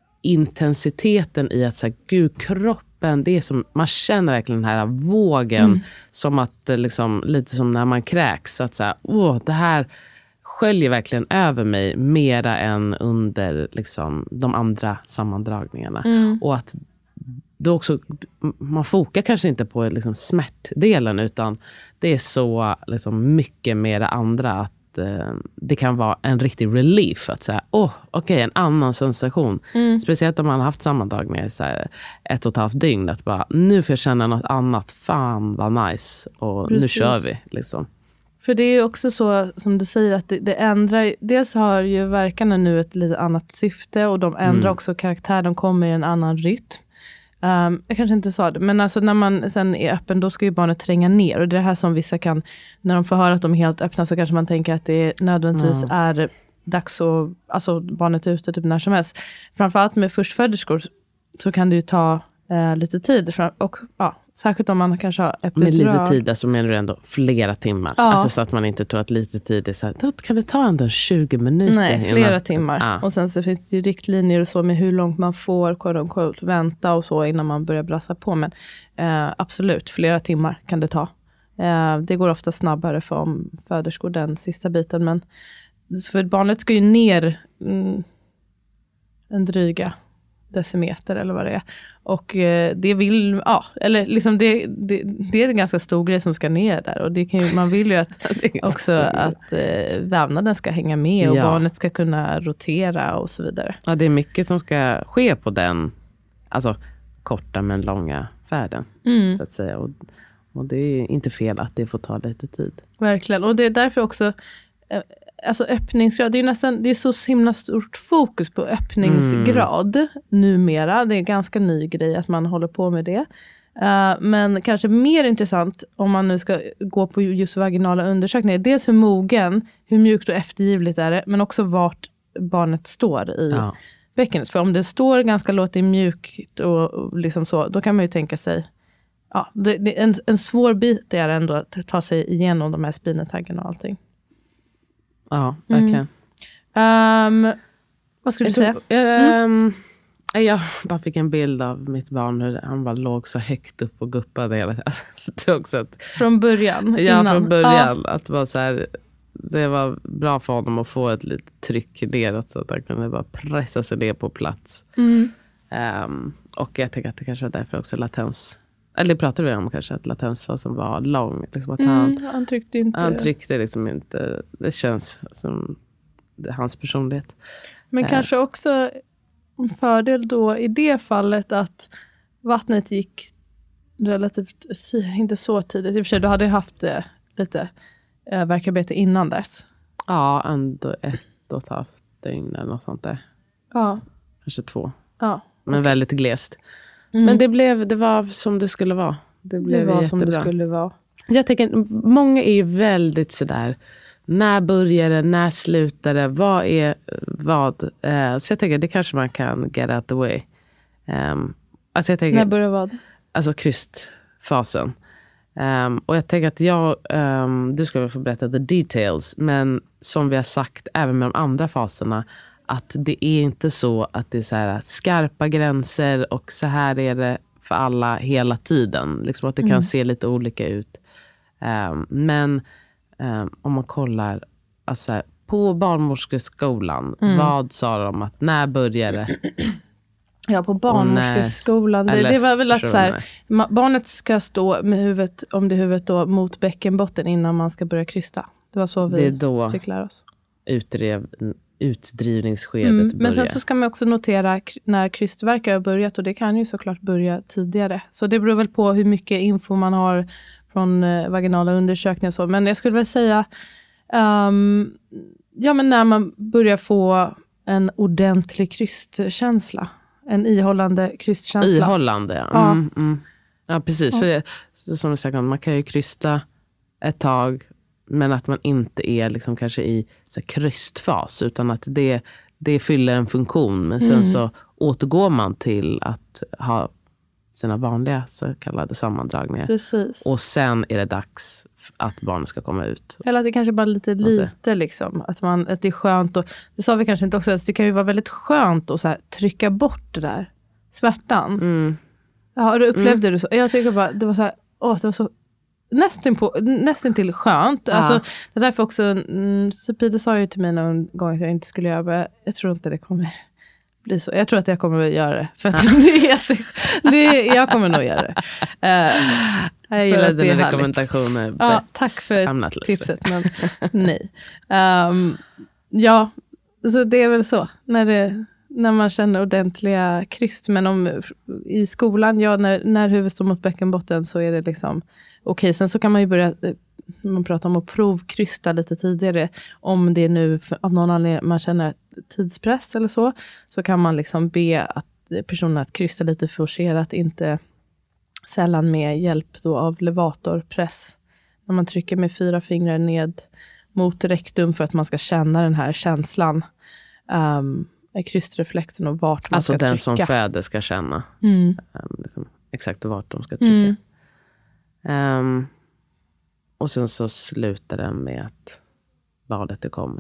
intensiteten i att så här, gud, kroppen, det är som, man känner verkligen den här vågen mm. som att liksom, lite som när man kräks, att så här, åh, det här sköljer verkligen över mig mera än under liksom de andra sammandragningarna. Mm. Och att då också, man fokar kanske inte på liksom smärtdelen, utan det är så liksom mycket med det andra, att eh, det kan vara en riktig relief att säga, åh, oh, okej, okay, en annan sensation. Mm. Speciellt om man har haft sammandragningar i så här ett och ett halvt dygn, att bara, nu får jag känna något annat, fan vad nice, och precis. Nu kör vi liksom. För det är ju också så, som du säger, att det, det ändrar, dels har ju verkarna nu ett lite annat syfte, och de ändrar mm. också karaktär, de kommer i en annan rytm. Um, jag kanske inte sa det, men alltså när man sen är öppen, då ska ju barnet tränga ner, och det är det här som vissa kan, när de får höra att de är helt öppna, så kanske man tänker att det nödvändigtvis mm. är dags att, alltså barnet är ute typ när som helst. Framförallt med förstföderskor så kan det ju ta eh, lite tid, och ja, särskilt om man kanske har epidural. Med lite tid, alltså menar du ändå flera timmar. Ja. Alltså så att man inte tror att lite tid är så här, då kan det ta ändå tjugo minuter. Nej, flera innan, timmar. Ja. Och sen så finns det ju riktlinjer och så med hur långt man får quote unquote, vänta och så innan man börjar brassa på. Men eh, absolut, flera timmar kan det ta. Eh, det går ofta snabbare för om föderskor den sista biten. Men för barnet ska ju ner mm, en dryga decimeter eller vad det är. Och eh, det vill, ja, eller liksom det, det, det är en ganska stor grej som ska ner där. Och det kan ju, man vill ju att också att eh, vävnaden ska hänga med och ja. barnet ska kunna rotera och så vidare. Ja, det är mycket som ska ske på den, alltså korta men långa färden, mm. så att säga. Och, och det är inte fel att det får ta lite tid. Verkligen, och det är därför också eh, alltså öppningsgrad, det är nästan, det är så himla stort fokus på öppningsgrad mm. numera. Det är en ganska ny grej att man håller på med det. Uh, men kanske mer intressant om man nu ska gå på just vaginala undersökningar. Dels hur mogen, hur mjukt och eftergivligt är det, men också vart barnet står i ja. bäckenet. För om det står ganska lågt mjukt och, och liksom så, då kan man ju tänka sig, ja, det, det, en, en svår bit är ändå att ta sig igenom de här spinetaggarna och allting. Ja, verkligen. Mm. Um, vad skulle du säga? Mm. Um, jag bara fick en bild av mitt barn hur han bara låg så högt upp och guppade hela alltså, det också att, från början? Ja, innan. från början. Ja. Att bara så här, det var bra för honom att få ett litet tryck neråt så att han kunde bara pressa sig ner på plats. Mm. Um, och jag tänker att det kanske var därför också latens. Eller det pratade vi om kanske, att latensfasen var lång. Liksom att han, mm, han tryckte inte. Han tryckte liksom inte. Det känns som det, hans personlighet. Men eh. kanske också en fördel då i det fallet att vattnet gick relativt, inte så tidigt. I och för sig, du hade haft eh, lite eh, verkarbete innan dess. Ja, ändå ett och ett halvt dygn eller något sånt där. Ja. Kanske två. Ja. Men okay. väldigt glest. Mm. Men det blev, det var som det skulle vara. Det, blev det var jättebra. som det skulle vara. Jag tänker, många är ju väldigt sådär, när börjar det, när slutar det, vad är vad? Uh, så jag tänker, det kanske man kan get out the way. Um, alltså jag tänker, när börjar vad? Alltså krystfasen. Um, och jag tänker att jag, um, du ska väl få berätta the details, men som vi har sagt även med de andra faserna, att det är inte så att det är så här skarpa gränser och så här är det för alla hela tiden. Liksom att det kan mm. se lite olika ut. Um, men um, om man kollar alltså här, på barnmorskeskolan, mm. vad sa de att när börjar det? Ja, på barnmorskeskolan. Det, det var väl att så här, barnet ska stå med huvudet, om det är huvudet då, mot bäckenbotten innan man ska börja krysta. Det var så vi det är då fick lära oss. Utrev, utdrivningsskedet mm, börjar. Men sen så ska man också notera när krystverkar har börjat, och det kan ju såklart börja tidigare. Så det beror väl på hur mycket info man har från eh, vaginala undersökningar och så. Men jag skulle väl säga um, ja, men när man börjar få en ordentlig krystkänsla. En ihållande krystkänsla. Ihållande, ja. Ja, mm, mm. ja precis. Ja. För det, som du säger, man kan ju krysta ett tag, men att man inte är liksom kanske i så här, krystfas, utan att det, det fyller en funktion. Men sen mm. så återgår man till att ha sina vanliga så kallade sammandragningar. Precis. Och sen är det dags att barnet ska komma ut. Eller att det kanske bara lite lite liksom. Att, man, att det är skönt. Och, det sa vi kanske inte också. Att det kan ju vara väldigt skönt att så här, trycka bort det där. Smärtan. Mm. Ja, du upplevde mm. du så? Jag tycker bara, det var så här, åh, det var så nästan, på, nästan till skönt. Ja. Alltså, det är därför också, mm, Sepide sa ju till mig någon gång att jag inte skulle göra det. Jag tror inte det kommer bli så. Jag tror att jag kommer att göra det. För att ja. det är jätte, det är, jag kommer nog göra det. Uh, jag gillar dina rekommendationer. Ja, tack för tipset. Men nej. Um, ja, så det är väl så. När, det, när man känner ordentliga kryst. Men om, i skolan, ja, när, när huvudet står mot bäckenbotten så är det liksom okej. Okay. Sen så kan man ju börja, man pratar om att provkrysta lite tidigare. Om det är nu för, av någon anledning man känner tidspress eller så. Så kan man liksom be att personen att krysta lite forcerat, inte sällan med hjälp då av levatorpress. När man trycker med fyra fingrar ned mot rektum för att man ska känna den här känslan. Um, krystreflexen och vart man alltså ska trycka. Alltså den som föder ska känna. Mm. Um, liksom, exakt vart de ska trycka. Mm. Um, och sen så slutar den med att barnet är kommet.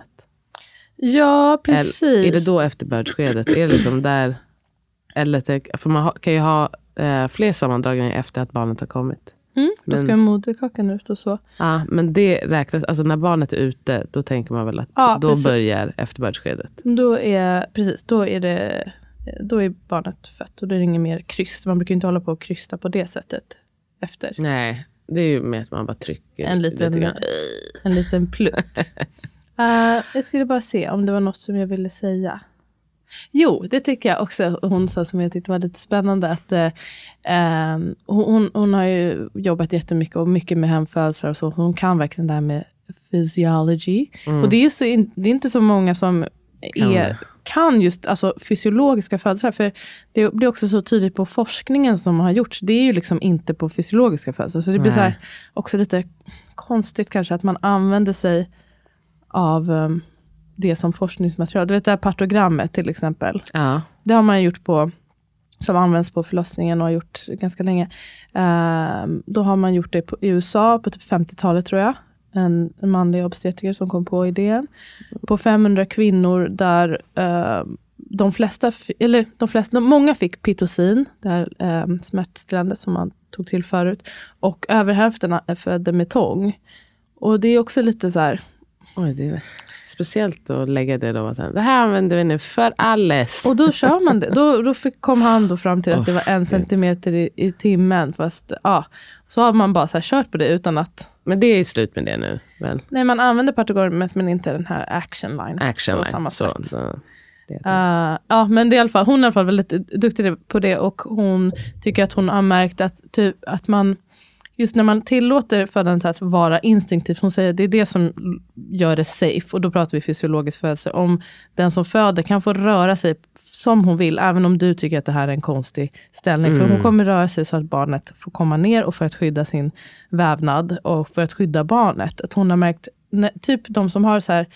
Ja, precis. Eller, är det då efterbördsskedet? Är det liksom där? Eller, för man ha, kan ju ha eh, fler sammandragningar efter att barnet har kommit. Mm, då men, ska moderkakan ut och så. Ja, men det räknas, alltså när barnet är ute, då tänker man väl att ja, då precis. börjar efterbördsskedet. Då är, precis, då är det, då är barnet fött och det är inget mer kryst. Man brukar inte hålla på och krysta på det sättet efter. Nej, det är ju med att man bara trycker. En liten, lite en liten plutt. uh, jag skulle bara se om det var något som jag ville säga. Jo, det tycker jag också. Hon sa som jag tyckte var lite spännande. Att uh, um, hon, hon har ju jobbat jättemycket och mycket med hemfödslar och så. Hon kan verkligen det här med physiology. Mm. Och det är, ju så in, det är inte så många som kan, är, kan just alltså, fysiologiska födslar. För det, det är också så tydligt på forskningen som har gjorts. Det är ju liksom inte på fysiologiska födslar. Så det blir så här, också lite konstigt kanske att man använder sig av um, det som forskningsmaterial. Du vet det här partogrammet till exempel. Ja. Det har man gjort på, som används på förlossningen och har gjort ganska länge. Uh, då har man gjort det på, i U S A på typ femtiotalet tror jag. En, en manlig obstetriker som kom på idén. På femhundra kvinnor där uh, de flesta, eller de flesta, många fick pitocin, det här uh, smärtstillande som man tog till förut. Och över hälften födde med tång. Och det är också lite så här. Oj, det är speciellt att lägga det då. Det här använder vi nu för alles. Och då kör man det. Då, då fick, kom han då fram till att oh, det var en centimeter i, i timmen. Fast ja, så har man bara så här kört på det utan att. Men det är slut med det nu, väl? Nej, man använder partogrammet men inte den här action line. Action line, samma så. så uh, ja, men det är i alla fall, hon är i alla fall väldigt duktig på det. Och hon tycker att hon har märkt att, typ, att man. Just när man tillåter födandet att vara instinktivt. Hon säger att det är det som gör det safe. Och då pratar vi fysiologisk födelse. Om den som föder kan få röra sig som hon vill. Även om du tycker att det här är en konstig ställning. Mm. För hon kommer röra sig så att barnet får komma ner. Och för att skydda sin vävnad. Och för att skydda barnet. Att hon har märkt. Typ de som har så här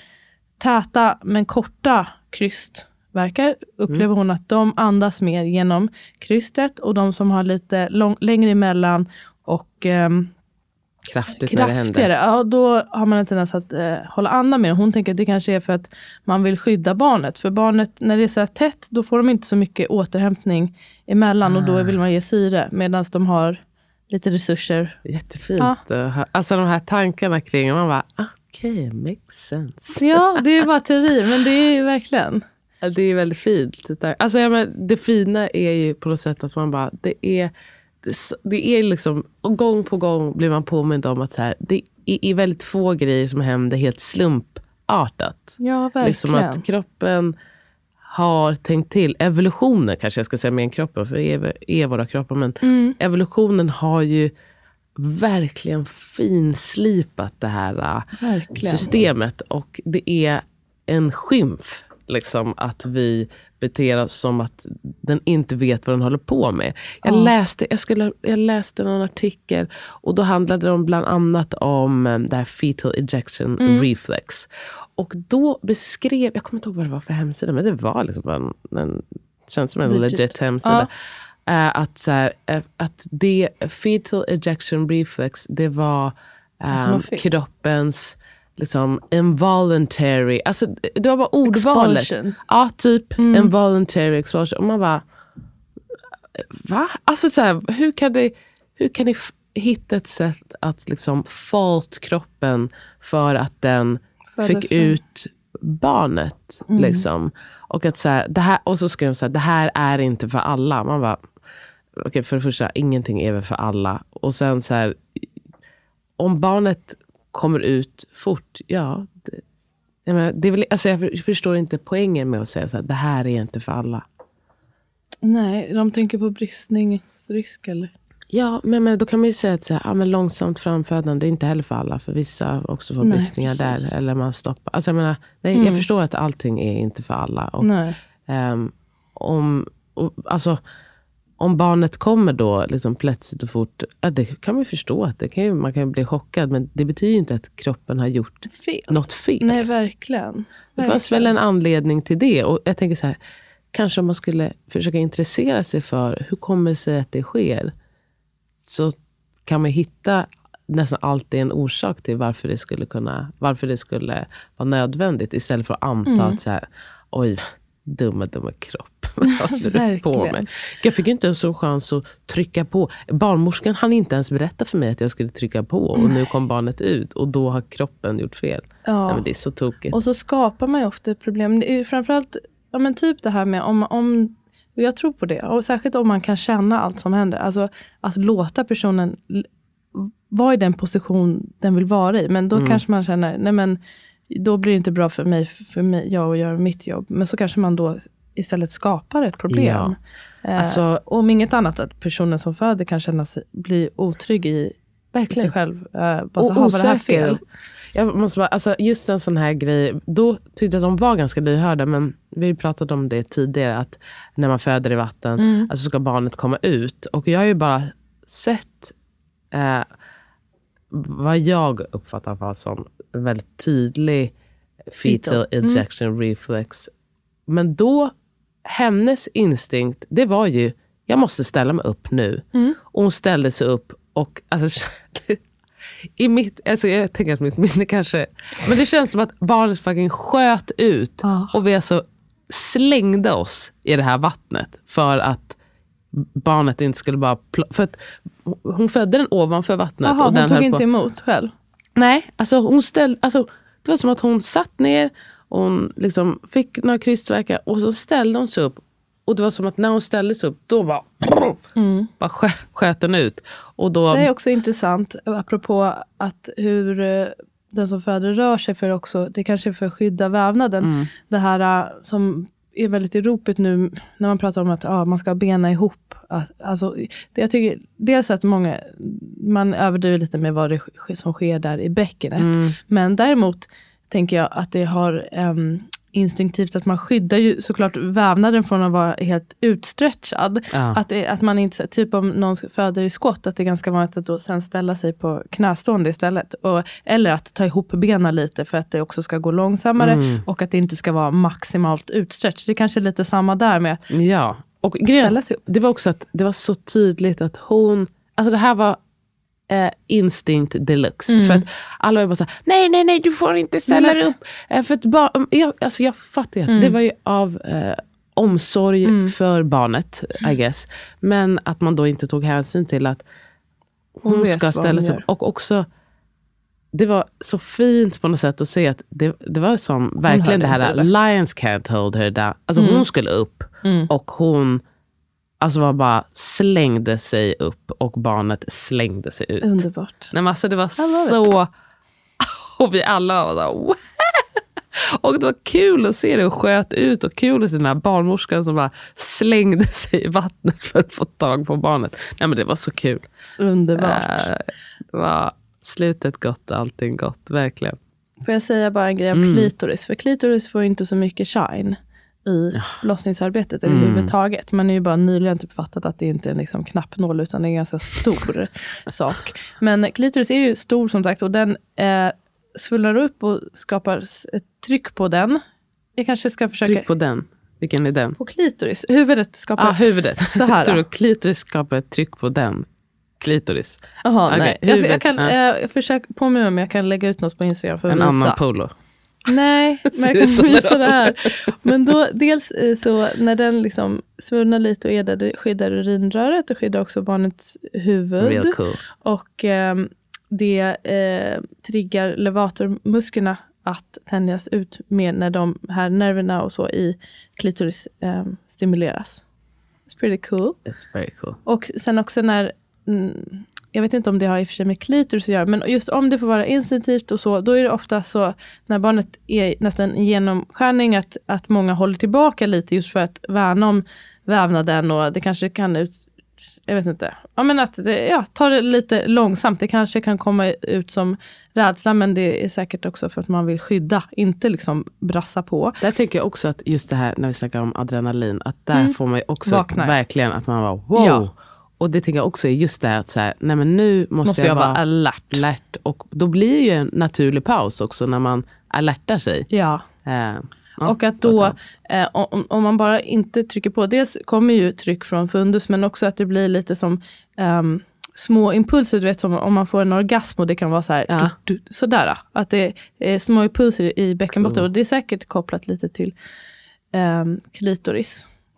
täta men korta krystverkar. Upplever mm. hon att de andas mer genom krystet. Och de som har lite lång, längre emellan. Och um, kraftigt när det händer. Ja, då har man en tendens att uh, hålla andan med. Hon tänker att det kanske är för att man vill skydda barnet. För barnet, när det är så här tätt, då får de inte så mycket återhämtning emellan. Ah. Och då vill man ge syre. Medan de har lite resurser. Jättefint. Ja. Alltså de här tankarna kring. Man bara, okej, okay, makes sense. Ja, det är bara teori. Men det är ju verkligen. Det är väldigt fint. Alltså ja, men det fina är ju på något sätt att man bara, det är... Det är liksom, och gång på gång blir man påmind om att så här, det är väldigt få grejer som händer helt slumpartat. Ja, verkligen. Liksom att kroppen har tänkt till. Evolutionen kanske jag ska säga mer än kroppen, för det är, är våra kroppar. Men mm. evolutionen har ju verkligen finslipat det här verkligen. systemet. Och det är en skymf. Liksom att vi beter oss som att den inte vet vad den håller på med. Jag, oh. läste, jag, skulle, jag läste någon artikel och då handlade det om bland annat om um, det här fetal ejection mm. reflex. Och då beskrev, jag kommer inte ihåg vad det var för hemsida, men det var liksom en, en känns som en legit, legit hemsida. Oh. Uh, att, så här, uh, att det fetal ejection reflex, det var um, kroppens liksom involuntary, alltså det var bara ordvalet. Expulsion. Ja, typ mm. involuntary expulsion. Och man bara, va? Alltså så här, hur kan det, hur kan ni f- hitta ett sätt att liksom fault kroppen för att den för fick för. ut barnet mm. liksom. Och att så här, det här, och så skrev de så här, det här är inte för alla. Man bara, okej, okay, för det första, ingenting är väl för alla. Och sen så här, om barnet kommer ut fort, ja. Det, jag, menar, det är väl, alltså jag förstår inte poängen med att säga så här, det här är inte för alla. Nej, de tänker på bristningsrisk eller? Ja, men, men då kan man ju säga att så här, ja, men långsamt framfödande är inte heller för alla. För vissa också får nej, bristningar precis. där. Eller man stoppar. Alltså jag menar, nej, mm. jag förstår att allting är inte för alla. Och, nej. Um, om, och, alltså... Om barnet kommer då liksom plötsligt och fort, ja, det kan man ju förstå att det kan ju, man kan bli chockad, men det betyder ju inte att kroppen har gjort fel. något fel. Nej, verkligen. Det fanns väl en anledning till det, och jag tänker så här, kanske om man skulle försöka intressera sig för hur kommer det sig att det sker, så kan man hitta nästan alltid en orsak till varför det skulle kunna, varför det skulle vara nödvändigt, istället för att anta mm. att så här, oj, dumma, dumma kropp. Vad håller du på med? Jag fick inte en så chans att trycka på. Barnmorskan hann inte ens berätta för mig att jag skulle trycka på. Och nu kom barnet ut. Och då har kroppen gjort fel. Ja. Nej, men det är så tokigt. Och så skapar man ju ofta problem. Det är framförallt ja, men typ det här med om... om och jag tror på det. Och särskilt om man kan känna allt som händer. Alltså att låta personen vara i den position den vill vara i. Men då mm. kanske man känner, nej men då blir det inte bra för mig, för mig, jag att göra mitt jobb. Men så kanske man då istället skapar ett problem. Ja. Eh, alltså, om inget annat att personen som föder kan känna sig, bli otrygg i verkligen. sig själv. Eh, bara så, och osäker. Det här fel. Jag måste bara, alltså just en sån här grej, då tyckte jag att de var ganska lyhörda, men vi pratade om det tidigare, att när man föder i vatten, mm. alltså ska barnet komma ut. Och jag har ju bara sett eh, vad jag uppfattar var som en väldigt tydlig fetal ejection mm. reflex. Men då, hennes instinkt, det var ju, jag måste ställa mig upp nu. Mm. Och hon ställde sig upp och alltså i mitt, alltså jag tänker att mitt minne kanske, men det känns som att barnet fucking sköt ut oh. och vi alltså slängde oss i det här vattnet för att barnet inte skulle bara pl- för att hon födde den ovanför vattnet. Jaha, och den hon tog inte på. emot själv? Nej, alltså hon ställde, alltså det var som att hon satt ner och hon liksom fick några krystvärkar och så ställde hon sig upp. Och det var som att när hon ställde sig upp, då bara, mm. bara skö, sköt den ut. Och då, det är också intressant, apropå att hur den som föder rör sig för också, det kanske är för att skydda vävnaden. Mm. Det här som är väldigt i ropet nu, när man pratar om att ja, man ska bena ihop. Alltså, det, jag tycker, dels att många, man överdriver lite med vad det som sker där i bäckenet. Mm. Men däremot tänker jag att det har um, instinktivt att man skyddar ju såklart vävnaden från att vara helt utstretchad. Ja. Att, det, att man inte, typ om någon föder i skott, att det är ganska vanligt att då sen ställa sig på knästående istället. Och, eller att ta ihop benen lite för att det också ska gå långsammare mm. och att det inte ska vara maximalt utstretch. Det är kanske är lite samma där med ja. Och grejen, det var också att det var så tydligt att hon, alltså det här var Eh, instinkt deluxe. Mm. För att alla var bara så här, nej, nej, nej, du får inte ställa dig upp. Eh, för att ba- jag, alltså jag fattar ju att mm. det var ju av eh, omsorg mm. för barnet, I guess. Men att man då inte tog hänsyn till att hon, hon ska ställa sig upp. Och också, det var så fint på något sätt att se att det, det var som verkligen det här, lions can't hold her down. Alltså mm. hon skulle upp mm. och hon alltså var bara slängde sig upp och barnet slängde sig ut. Underbart. Nej, men alltså det var så... Och vi alla var där. Och det var kul att se det och sköt ut. Och kul att se den här barnmorskan som bara slängde sig i vattnet för att få tag på barnet. Nej, men det var så kul. Underbart. Uh, det var slutet gott, allting gott. Verkligen. Får jag säga bara en grej om mm. klitoris? För klitoris får inte så mycket shine i ja. förlossningsarbetet mm. överhuvudtaget. Man är ju bara nyligen typ fattat att det inte är en liksom knappnål utan det är en ganska stor sak. Men klitoris är ju stor som sagt och den eh, svullar upp och skapar ett tryck på den. Jag kanske ska försöka... Tryck på den? Vilken är den? På klitoris. Huvudet skapar... Ah, huvudet. Så här. Jag tror att klitoris skapar ett tryck på den. Klitoris. Jaha, okay. nej. Jag, jag kan ja. eh, försöka påminna mig, jag kan lägga ut något på Instagram för att en visa. annan polo. Nej, men jag kan visa det här. Men då, dels så när den liksom svullnar lite och är där, det skyddar urinröret, det skyddar också barnets huvud. Real cool. Och eh, det eh, triggar levatormusklerna att tänjas ut mer när de här nerverna och så i klitoris eh, stimuleras. It's pretty cool. It's very cool. Och sen också när mm, jag vet inte om det har i och för sig med klitoris att göra, men just om det får vara instinktivt och så, då är det ofta så när barnet är nästan i genomskärning att, att många håller tillbaka lite just för att värna om vävnaden och det kanske kan ut, jag vet inte, ja men att det, ja, ta det lite långsamt, det kanske kan komma ut som rädsla, men det är säkert också för att man vill skydda, inte liksom brassa på. Där tänker jag också att just det här när vi snackar om adrenalin, att där mm. får man ju också Vaknar. verkligen att man var wow. Ja. Och det tänker jag också är just det här att så här, nej men nu måste, måste jag, jag vara alert. alert. Och då blir ju en naturlig paus också när man alertar sig. Ja. Eh, ja och att då, eh, om, om man bara inte trycker på, dels kommer ju tryck från fundus, men också att det blir lite som um, små impulser, du vet som om man får en orgasm och det kan vara så här, ja. du, du, sådär. Att det är små impulser i bäckenbotten cool. Och det är säkert kopplat lite till um, klitoris.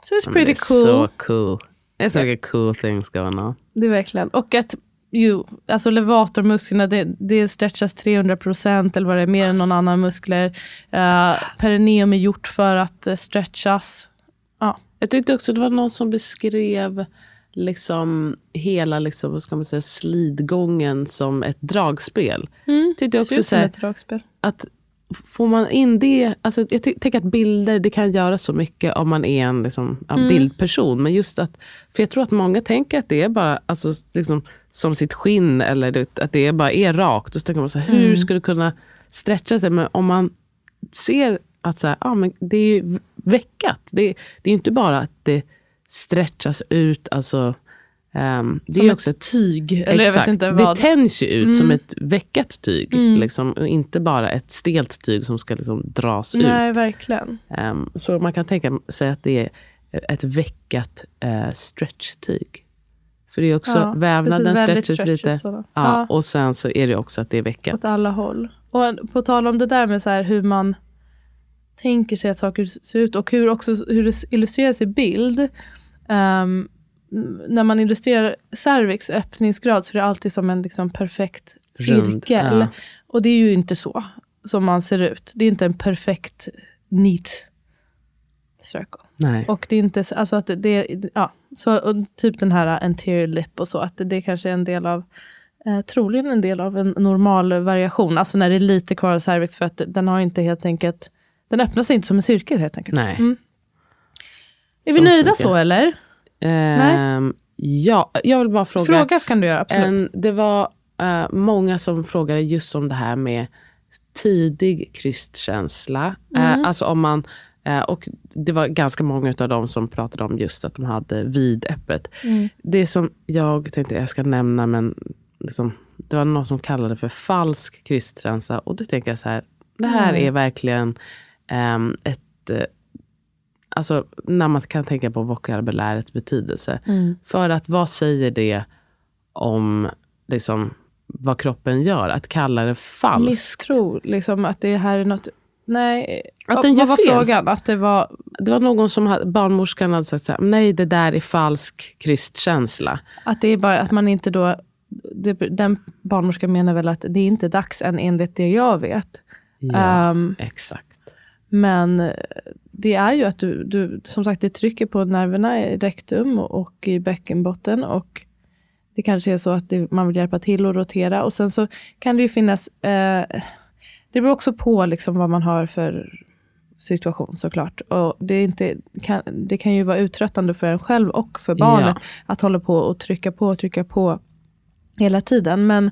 So it's pretty det cool. Så cool. Det är så mycket cool things going on. Det är verkligen. Och att ju, alltså levatormusklerna, det, det stretchas trehundra procent eller vad det är, mer än någon annan muskler. Uh, perineum är gjort för att uh, stretchas. Ja. Jag tyckte också det var någon som beskrev liksom hela liksom, vad ska man säga, slidgången som ett dragspel. Mm, tyckte jag också så här, ett dragspel. Att får man in det, alltså jag ty- tänker att bilder, det kan göra så mycket om man är en liksom, en Mm. bildperson. Men just att, för jag tror att många tänker att det är bara alltså, liksom, som sitt skinn, eller det, att det bara är rakt. Och så tänker man så här, hur Mm. ska du kunna stretcha sig? Men om man ser att så här, ah, men det är ju veckat. Det, det är inte bara att det stretchas ut, alltså Um, det som är ett också ett tyg. Eller exakt. jag vet inte vad. Det tänds ju ut Mm. som ett veckat tyg. Mm. Liksom, och inte bara ett stelt tyg som ska liksom dras Nej, ut. verkligen. Um, så man kan tänka sig att det är ett veckat uh, stretchtyg. För det är också Ja, vävnaden precis, väldigt stretchas lite. stretchigt Ja, ja. Och sen så är det också att det är veckat. Åt alla håll. Och på tal om det där med så här hur man tänker sig att saker ser ut och hur också hur det illustreras i bild. Um, när man illustrerar cervix öppningsgrad så är det alltid som en liksom perfekt Rund, cirkel. ja. Och det är ju inte så som man ser ut. Det är inte en perfekt neat circle. Nej. Och det är inte alltså att det, det ja, så och typ den här anterior lip och så att det, det kanske är en del av eh, troligen en del av en normal variation. Alltså när det är lite kvar av cervix för att den har inte helt enkelt den öppnar sig inte som en cirkel helt enkelt. Nej. Mm. Är Som vi nöjda cirkel. så eller? Um, ja, jag vill bara fråga. Fråga kan du göra, absolut. En, det var uh, många som frågade just om det här med tidig krystkänsla. Mm. Uh, alltså om man, uh, och det var ganska många av dem som pratade om just att de hade vidöppet. Mm. Det som jag tänkte jag ska nämna, men liksom, det var någon som kallade det för falsk krystkänsla. Och då tänker jag så här, det här Mm. är verkligen um, ett uh, alltså när man kan tänka på vokabulärets betydelse. Mm. För att vad säger det om liksom vad kroppen gör? Att kalla det falskt. Misstro, liksom att det här är något. Nej, Att vad den gör var fel. frågan? Att det var. Det var någon som hade, barnmorskan hade sagt så här, nej det där är falsk krystkänsla. Att det är bara att man inte då. Det, den barnmorskan menar väl att det är inte dags än enligt det jag vet. Ja, Um, exakt. Men det är ju att du, du, som sagt, det trycker på nerverna i rektum och, och i bäckenbotten. Och det kanske är så att det, man vill hjälpa till att rotera. Och sen så kan det ju finnas, eh, det beror också på liksom vad man har för situation såklart. Och det, är inte, kan, det kan ju vara uttröttande för en själv och för barnet. Ja. Att hålla på och trycka på och trycka på hela tiden. Men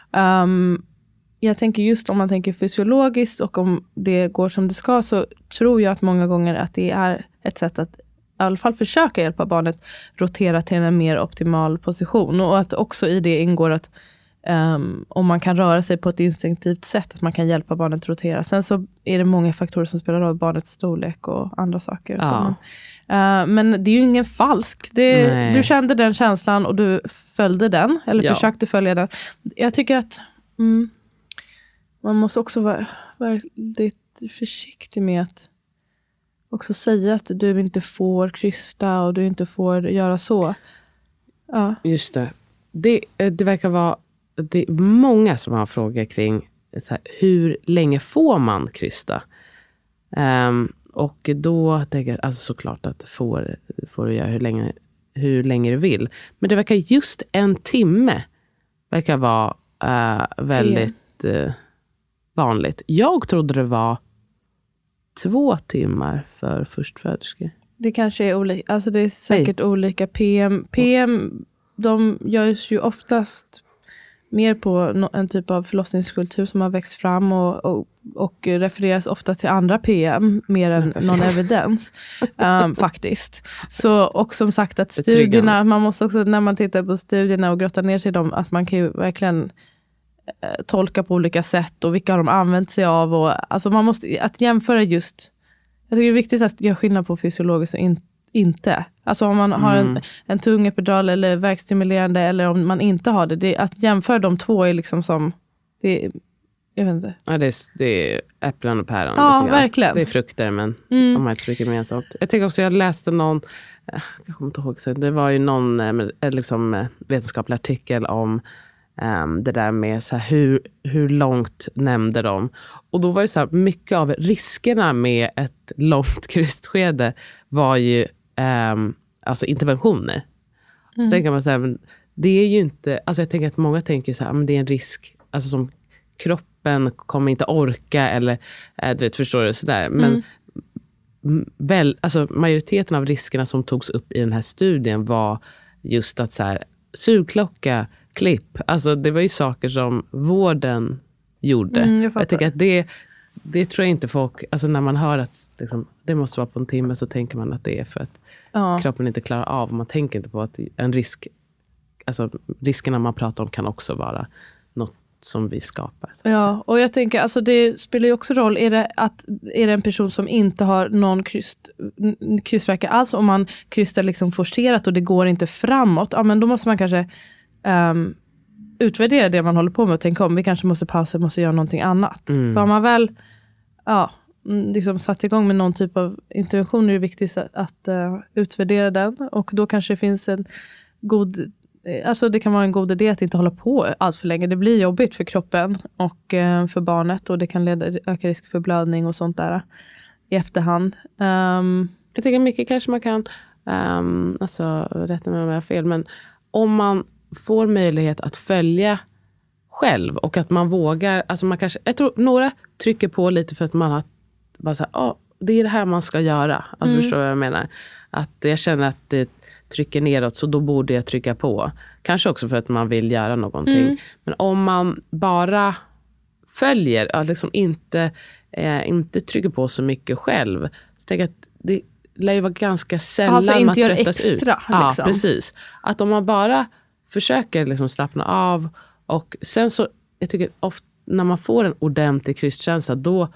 um, jag tänker just om man tänker fysiologiskt och om det går som det ska, så tror jag att många gånger att det är ett sätt att i alla fall försöka hjälpa barnet rotera till en mer optimal position. Och att också i det ingår att um, om man kan röra sig på ett instinktivt sätt, att man kan hjälpa barnet rotera. Sen så är det många faktorer som spelar roll, barnets storlek och andra saker. Ja. Uh, men det är ju ingen falsk. Det, Nej. du kände den känslan och du följde den, eller Ja. försökte följa den. Jag tycker att mm, man måste också vara väldigt försiktig med att också säga att du inte får krysta och du inte får göra så. Ja. Just det. Det, det verkar vara det är många som har frågor kring så här, hur länge får man krysta? Um, och då tänker jag alltså såklart att får, får du göra hur länge, hur länge du vill. Men det verkar just en timme verkar vara uh, väldigt uh, vanligt. Jag trodde det var två timmar för förstföderskor. Det kanske är olika, alltså det är säkert Nej. olika P M. P M, de görs ju oftast mer på en typ av förlossningskultur som har växt fram och, och, och refereras ofta till andra P M mer än ja, någon evidens um, faktiskt. Så, och som sagt att studierna, man måste också när man tittar på studierna och grottar ner sig i dem, att man kan ju verkligen eh, tolka på olika sätt och vilka de använt sig av. Och, alltså man måste, att jämföra just, jag tycker det är viktigt att göra skillnad på fysiologiskt och in, inte. Alltså om man mm. har en, en tung epidural eller verkstimulerande eller om man inte har det. det att jämföra de två är liksom som, det är jag vet inte. Ja, det är, det är äpplen och päron. Ja, verkligen. Det är frukter, men mm. de har inte så mycket gemensamt. Jag tänker också, jag läste någon, jag kommer inte ihåg, så det var ju någon liksom, vetenskaplig artikel om um, det där med så här, hur, hur långt nämnde de. Och då var det så här, mycket av riskerna med ett långt krystskede var ju um, alltså interventioner. Mm. Så tänker man så här, men det är ju inte, alltså jag tänker att många tänker så här, men det är en risk, alltså som kroppen kommer inte orka eller, äh, du vet, förstår du, sådär. Men mm. väl, alltså majoriteten av riskerna som togs upp i den här studien var just att så här, sugklocka, klipp, alltså det var ju saker som vården gjorde. Mm, jag, jag tänker att det, det tror jag inte folk, alltså när man hör att liksom, det måste vara på en timme, så tänker man att det är för att ja. kroppen inte klarar av, man tänker inte på att en risk, alltså riskerna man pratar om kan också vara något som vi skapar. Ja, och jag tänker, alltså det spelar ju också roll, är det, att, är det en person som inte har någon kryst, krystverkar alls, om man krystar liksom forcerat och det går inte framåt, ja men då måste man kanske um, utvärdera det man håller på med och tänka om, vi kanske måste pausa, måste göra någonting annat. Mm. För om man väl ja, liksom satt igång med någon typ av intervention, är det viktigt att, att uh, utvärdera den, och då kanske det finns en god, alltså det kan vara en god idé att inte hålla på allt för länge. Det blir jobbigt för kroppen och uh, för barnet, och det kan leda öka risk för blödning och sånt där i efterhand. Um, jag tänker mycket kanske man kan um, alltså rätta mig om jag har fel, men om man får möjlighet att följa själv och att man vågar, alltså man kanske, jag tror några trycker på lite för att man har bara så här, oh, det är det här man ska göra. Alltså mm. förstår vad jag menar? Att jag känner att det trycker neråt, så då borde jag trycka på. Kanske också för att man vill göra någonting. Mm. Men om man bara följer, att liksom inte, eh, inte trycker på så mycket själv, så tänker jag att det lär ju vara ganska sällan alltså man tröttas extra, ut. Liksom. Ja, precis. Att om man bara försöker liksom slappna av, och sen så, jag tycker ofta när man får en ordentlig krystkänsla, då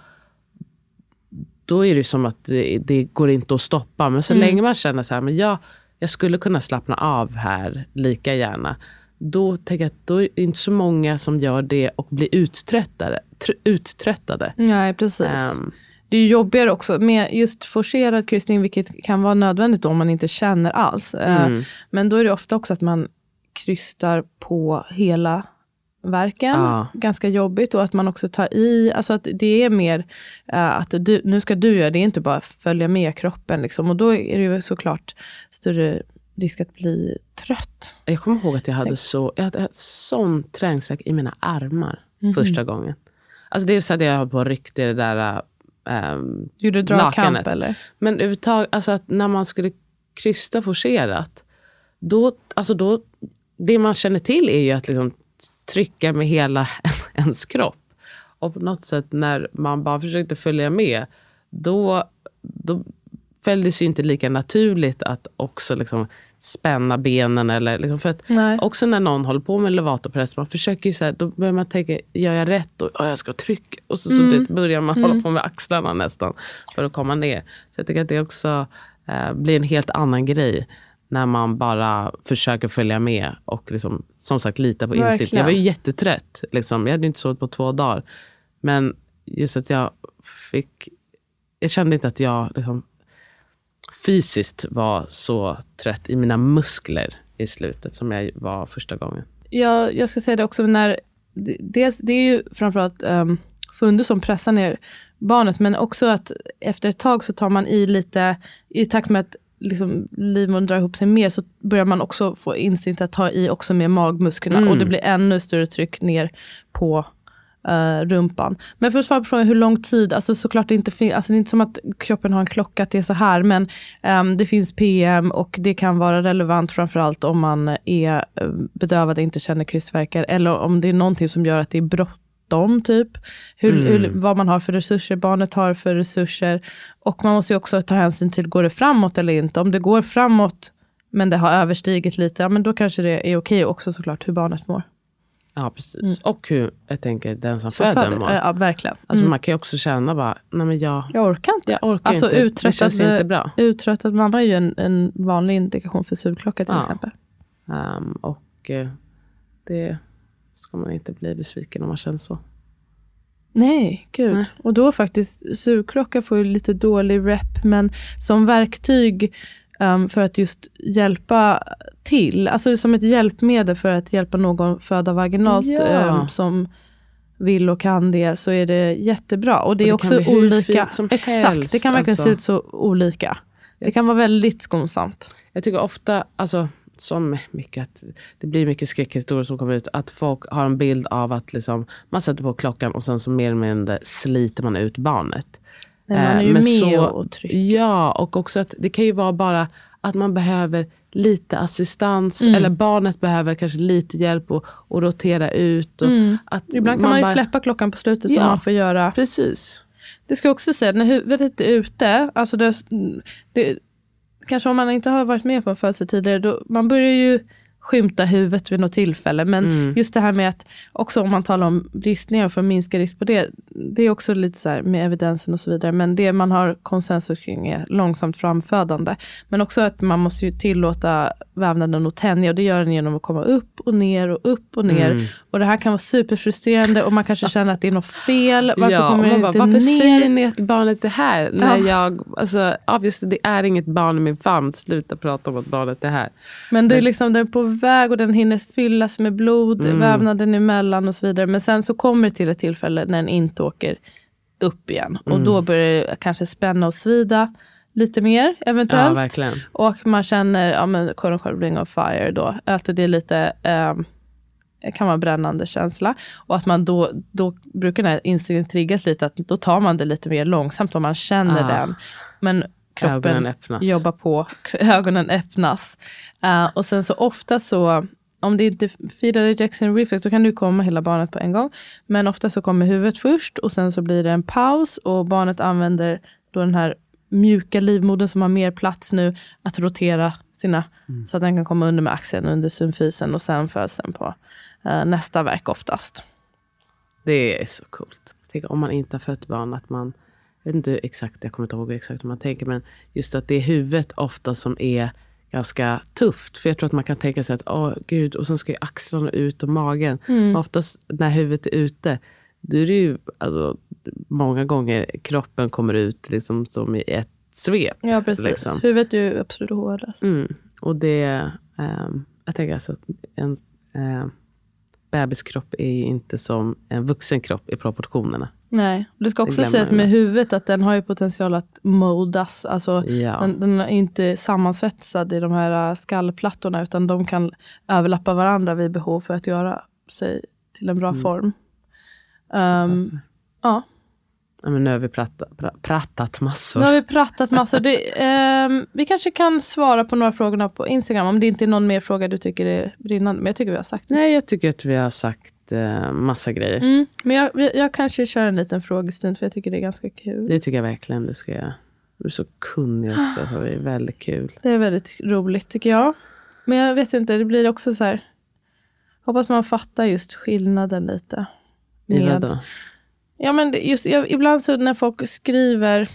då är det som att det, det går inte att stoppa. Men så mm. länge man känner så här, men jag, jag skulle kunna slappna av här lika gärna, då tänker jag att då är det inte så många som gör det och blir uttröttade. Tr- uttröttade. Nej, precis. Um, det är ju jobbigare också med just forcerad krystning, vilket kan vara nödvändigt om man inte känner alls. Mm. Uh, men då är det ofta också att man krystar på hela verken, ah. ganska jobbigt, och att man också tar i, alltså att det är mer uh, att du, nu ska du göra, det är inte bara följa med kroppen liksom, och då är det ju såklart större risk att bli trött. Jag kommer ihåg att jag hade Tänk. så jag hade sån träningsvärk i mina armar mm-hmm. första gången. Alltså det är så att jag höll på att rycka det där um, gjorde du dragkamp eller? Men överhuvudtaget, alltså att när man skulle krysta forcerat, då, alltså då, det man känner till är ju att liksom trycka med hela ens kropp. Och på något sätt när man bara försökte följa med, då, då följdes ju inte lika naturligt att också liksom spänna benen. Eller liksom, för att också när någon håller på med levatorpress, man försöker ju så här, då börjar man tänka, gör jag rätt? Och jag ska trycka. Och så, mm. så det börjar man mm. hålla på med axlarna nästan för att komma ner. Så jag tycker att det också eh, blir en helt annan grej när man bara försöker följa med och liksom, som sagt, lita på insikt. Jag var ju jättetrött. Liksom. Jag hade inte sovit på två dagar. Men just att jag fick... Jag kände inte att jag liksom, fysiskt var så trött i mina muskler i slutet som jag var första gången. Ja, jag ska säga det också. När, det, det är ju framförallt um, Fundu som pressar ner barnet. Men också att efter ett tag så tar man i lite i takt med att liksom livmodern drar ihop sig mer, så börjar man också få instinkt att ta i också med magmusklerna mm. och det blir ännu större tryck ner på uh, rumpan. Men för att svara på frågan hur lång tid, alltså såklart det inte finns, alltså det är inte som att kroppen har en klocka att det är så här, men um, det finns P M och det kan vara relevant framförallt om man är bedövad och inte känner krystvärkar, eller om det är någonting som gör att det är bråttom typ, hur, mm. hur, vad man har för resurser, barnet har för resurser, och man måste ju också ta hänsyn till, går det framåt eller inte? Om det går framåt men det har överstigit lite, ja men då kanske det är okej också såklart hur barnet mår. Ja, precis. Mm. Och hur, jag tänker, den som föder mår. Ja, verkligen. Alltså mm. man kan ju också känna bara, nej men jag... Jag orkar inte. Jag orkar alltså, inte. Uttröttad, det känns inte bra. Uttröttad mamma är ju en, en vanlig indikation för sugklocka till ja. exempel. Um, och uh, det ska man inte bli besviken om man känner så. Nej, gud. Nej. Och då faktiskt, sugklocka får ju lite dålig rep, men som verktyg um, för att just hjälpa till, alltså som ett hjälpmedel för att hjälpa någon föda vaginalt ja. um, som vill och kan det, så är det jättebra. Och det, och det är också olika. Exakt, helst, det kan verkligen alltså. se ut så olika. Det kan vara väldigt skonsamt. Jag tycker ofta, alltså som mycket att det blir mycket skräckhistorier som kommer ut, att folk har en bild av att liksom, man sätter på klockan och sen så mer eller mindre sliter man ut barnet. Nej, man är ju Men med så, och trycker. Ja, och också att det kan ju vara bara att man behöver lite assistans mm. eller barnet behöver kanske lite hjälp och, och rotera ut. Och mm. att Ibland kan man ju bara släppa klockan på slutet ja, som man får göra. Precis. Det ska också säga, när huvudet är ute, alltså det, det kanske om man inte har varit med på en födelse tidigare, då, man börjar ju skymta huvudet vid något tillfälle. Men mm. just det här med att också om man talar om bristningar för att minska risk på det, det är också lite så här med evidensen och så vidare. Men det man har konsensus kring är långsamt framfödande. Men också att man måste ju tillåta vävnaden att tänja, och det gör den genom att komma upp och ner och upp och ner. Mm. Och det här kan vara superfrustrerande och man kanske känner att det är något fel. Varför ja, kommer man det inte bara, varför ner? säger ni att barnet är här? När Ja. jag, alltså, obviously, det är inget barn i min famn. Sluta prata om att barnet är här. Men det är liksom, den är på väg och den hinner fyllas med blod, mm. vävnaden emellan och så vidare. Men sen så kommer det till ett tillfälle när den inte åker upp igen. Mm. Och då börjar det kanske spänna och svida lite mer eventuellt. Ja, verkligen. Och man känner, ja men quote unquote ring of fire då. Att det är lite, um, kan vara brännande känsla. Och att man då, då brukar den här instinkten triggas lite. Att då tar man det lite mer långsamt om man känner ah. den. Men kroppen jobbar på, ögonen öppnas. Uh, och sen så ofta så, om det inte är fetal ejection reflex, då kan du komma hela barnet på en gång. Men ofta så kommer huvudet först och sen så blir det en paus och barnet använder då den här mjuka livmodern som har mer plats nu att rotera sina, mm. så att den kan komma under med axeln under symfysen och sen föds den på uh, nästa verk oftast. Det är så coolt. Jag tänker, om man inte har fött barn, att man, jag vet inte exakt, jag kommer inte ihåg exakt hur man tänker, men just att det är huvudet ofta som är ganska tufft. För jag tror att man kan tänka sig att, åh gud, och sen ska ju axlarna ut och magen. Mm. Oftast när huvudet är ute, då är det ju, alltså, många gånger kroppen kommer ut liksom som i ett svep. Ja, precis. Liksom. Huvudet är ju absolut hårdast. Mm. Och det, um, jag tänker alltså att en uh, bebiskropp är ju inte som en vuxen kropp i proportionerna. Nej, det ska också sägas med huvudet att den har ju potential att modas. Alltså ja. den, den är inte sammansvetsad i de här skallplattorna, utan de kan överlappa varandra vid behov för att göra sig till en bra mm. form. Um, ja. Ja, men nu har vi pratat, pra, pratat massor. Nu har vi pratat massor. Det, um, vi kanske kan svara på några frågorna på Instagram, om det inte är någon mer fråga du tycker är brinnande. Men jag tycker vi har sagt det. Nej, jag tycker att vi har sagt uh, massa grejer. Mm, men jag, jag kanske kör en liten frågestund, för jag tycker det är ganska kul. Det tycker jag verkligen du ska göra. Du är så kunnig också, så det är väldigt kul. Det är väldigt roligt tycker jag. Men jag vet inte, det blir också så här, hoppas man fattar just skillnaden lite. I vad då? Ja, men just jag, ibland så när folk skriver,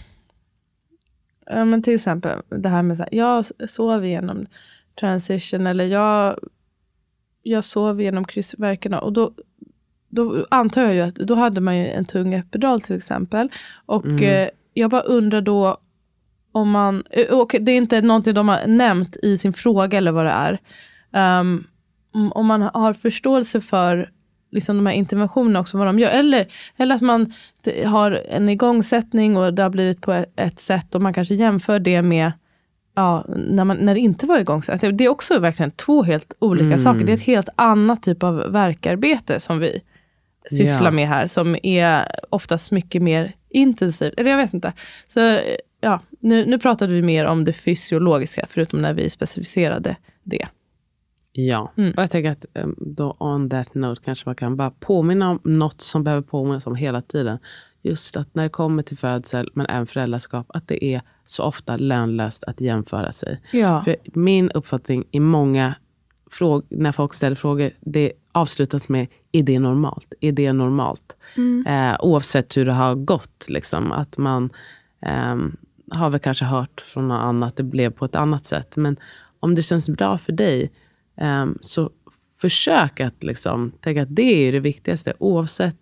ja, men till exempel det här med så här, jag sov igenom transition, eller jag jag sov igenom kryssverkarna, och då då antar jag ju att då hade man ju en tung epidural till exempel, och mm. eh, jag bara undrar då om man, och det är inte någonting de har nämnt i sin fråga eller vad det är, um, om man har förståelse för liksom de här interventionerna också, vad de gör. Eller, eller att man har en igångsättning och det har blivit på ett, ett sätt, och man kanske jämför det med ja, när, man, när det inte var igångsättning. Det är också verkligen två helt olika mm. saker. Det är ett helt annat typ av verkarbete som vi sysslar ja. med här, som är oftast mycket mer intensivt. Eller jag vet inte. Så ja, nu, nu pratade vi mer om det fysiologiska, förutom när vi specificerade det. Ja, mm. och jag tänker att då on that note kanske man kan bara påminna om något som behöver påminnas om hela tiden. Just att när det kommer till födsel, men även föräldraskap, att det är så ofta lönlöst att jämföra sig. Ja. För min uppfattning i många frågor, när folk ställer frågor, det avslutas med, är det normalt? Är det normalt? Mm. Eh, oavsett hur det har gått, liksom. Att man eh, har väl kanske hört från någon annan att det blev på ett annat sätt. Men om det känns bra för dig, Um, så försök att liksom tänka att det är det viktigaste, oavsett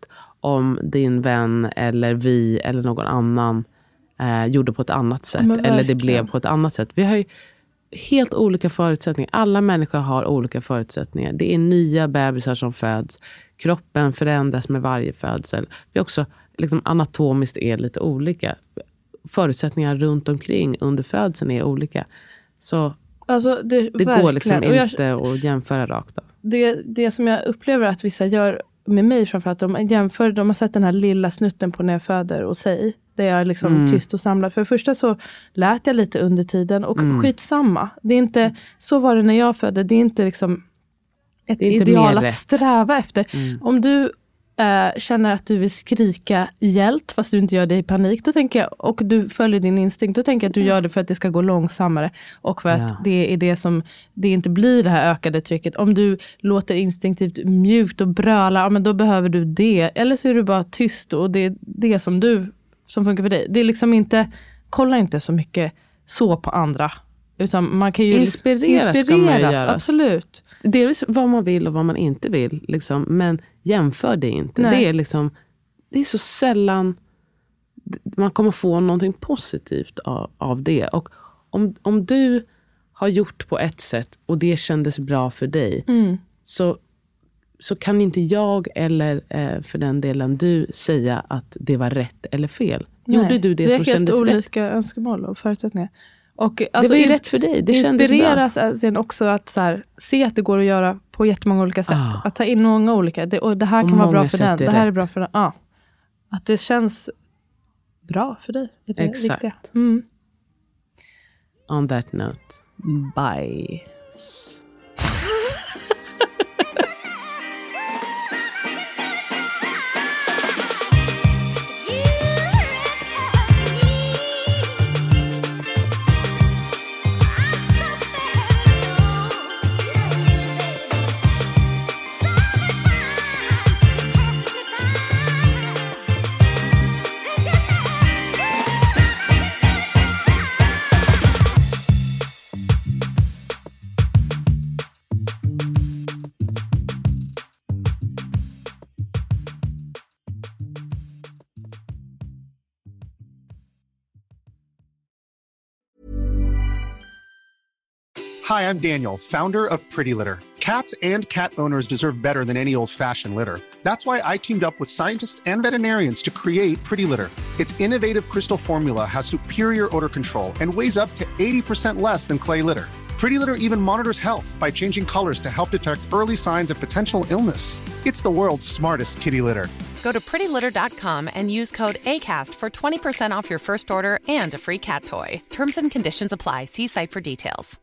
om din vän eller vi eller någon annan eh, gjorde på ett annat sätt. Ja, eller det blev på ett annat sätt. Vi har ju helt olika förutsättningar. Alla människor har olika förutsättningar. Det är nya bebisar som föds. Kroppen förändras med varje födsel. Vi också liksom, anatomiskt är lite olika. Förutsättningar runt omkring under födseln är olika. Så alltså, det, det går liksom jag, inte att jämföra rakt av. Det, det som jag upplever att vissa gör med mig framförallt, de jämför, de har sett den här lilla snutten på när jag föder och sig. Där jag är liksom mm. tyst och samlad. För det första så lät jag lite under tiden. Och mm. skitsamma. Det är inte, så var det när jag födde. Det är inte liksom ett det är inte ideal att rätt. sträva efter. Mm. Om du äh, känner att du vill skrika hjälp fast du inte gör det i panik. Då tänker jag, och du följer din instinkt. Då tänker jag att du gör det för att det ska gå långsammare. Och för ja. att det är det som, det inte blir det här ökade trycket. Om du låter instinktivt mjukt och bröla. Ja, men då behöver du det. Eller så är du bara tyst. Och det är det som du som funkar för dig. Det är liksom inte, kolla inte så mycket så på andra. Utan man kan ju inspireras, inspireras ska man göra. Absolut. Dels vad man vill och vad man inte vill. Liksom. Men jämför det inte. Nej. Det är liksom, det är så sällan man kommer få någonting positivt av, av det. Och om, om du har gjort på ett sätt och det kändes bra för dig. Mm. Så så kan inte jag eller eh, för den delen du säga att det var rätt eller fel. Nej, gjorde du det, det som kändes rätt? Det är olika önskemål och förutsättningar. Och, alltså, det var ju rätt för dig. Det kändes bra. Inspireras sen också att så här, se att det går att göra på jättemånga olika sätt. Ah. Att ta in många olika. Det, och det här och kan vara bra för den. Det här rätt. Är bra för den. Ja. Att det känns bra för dig. Är det exakt. Mm. On that note. Bye. Hi, I'm Daniel, founder of Pretty Litter. Cats and cat owners deserve better than any old-fashioned litter. That's why I teamed up with scientists and veterinarians to create Pretty Litter. Its innovative crystal formula has superior odor control and weighs up to eighty percent less than clay litter. Pretty Litter even monitors health by changing colors to help detect early signs of potential illness. It's the world's smartest kitty litter. Go to pretty litter dot com and use code ACAST for twenty percent off your first order and a free cat toy. Terms and conditions apply. See site for details.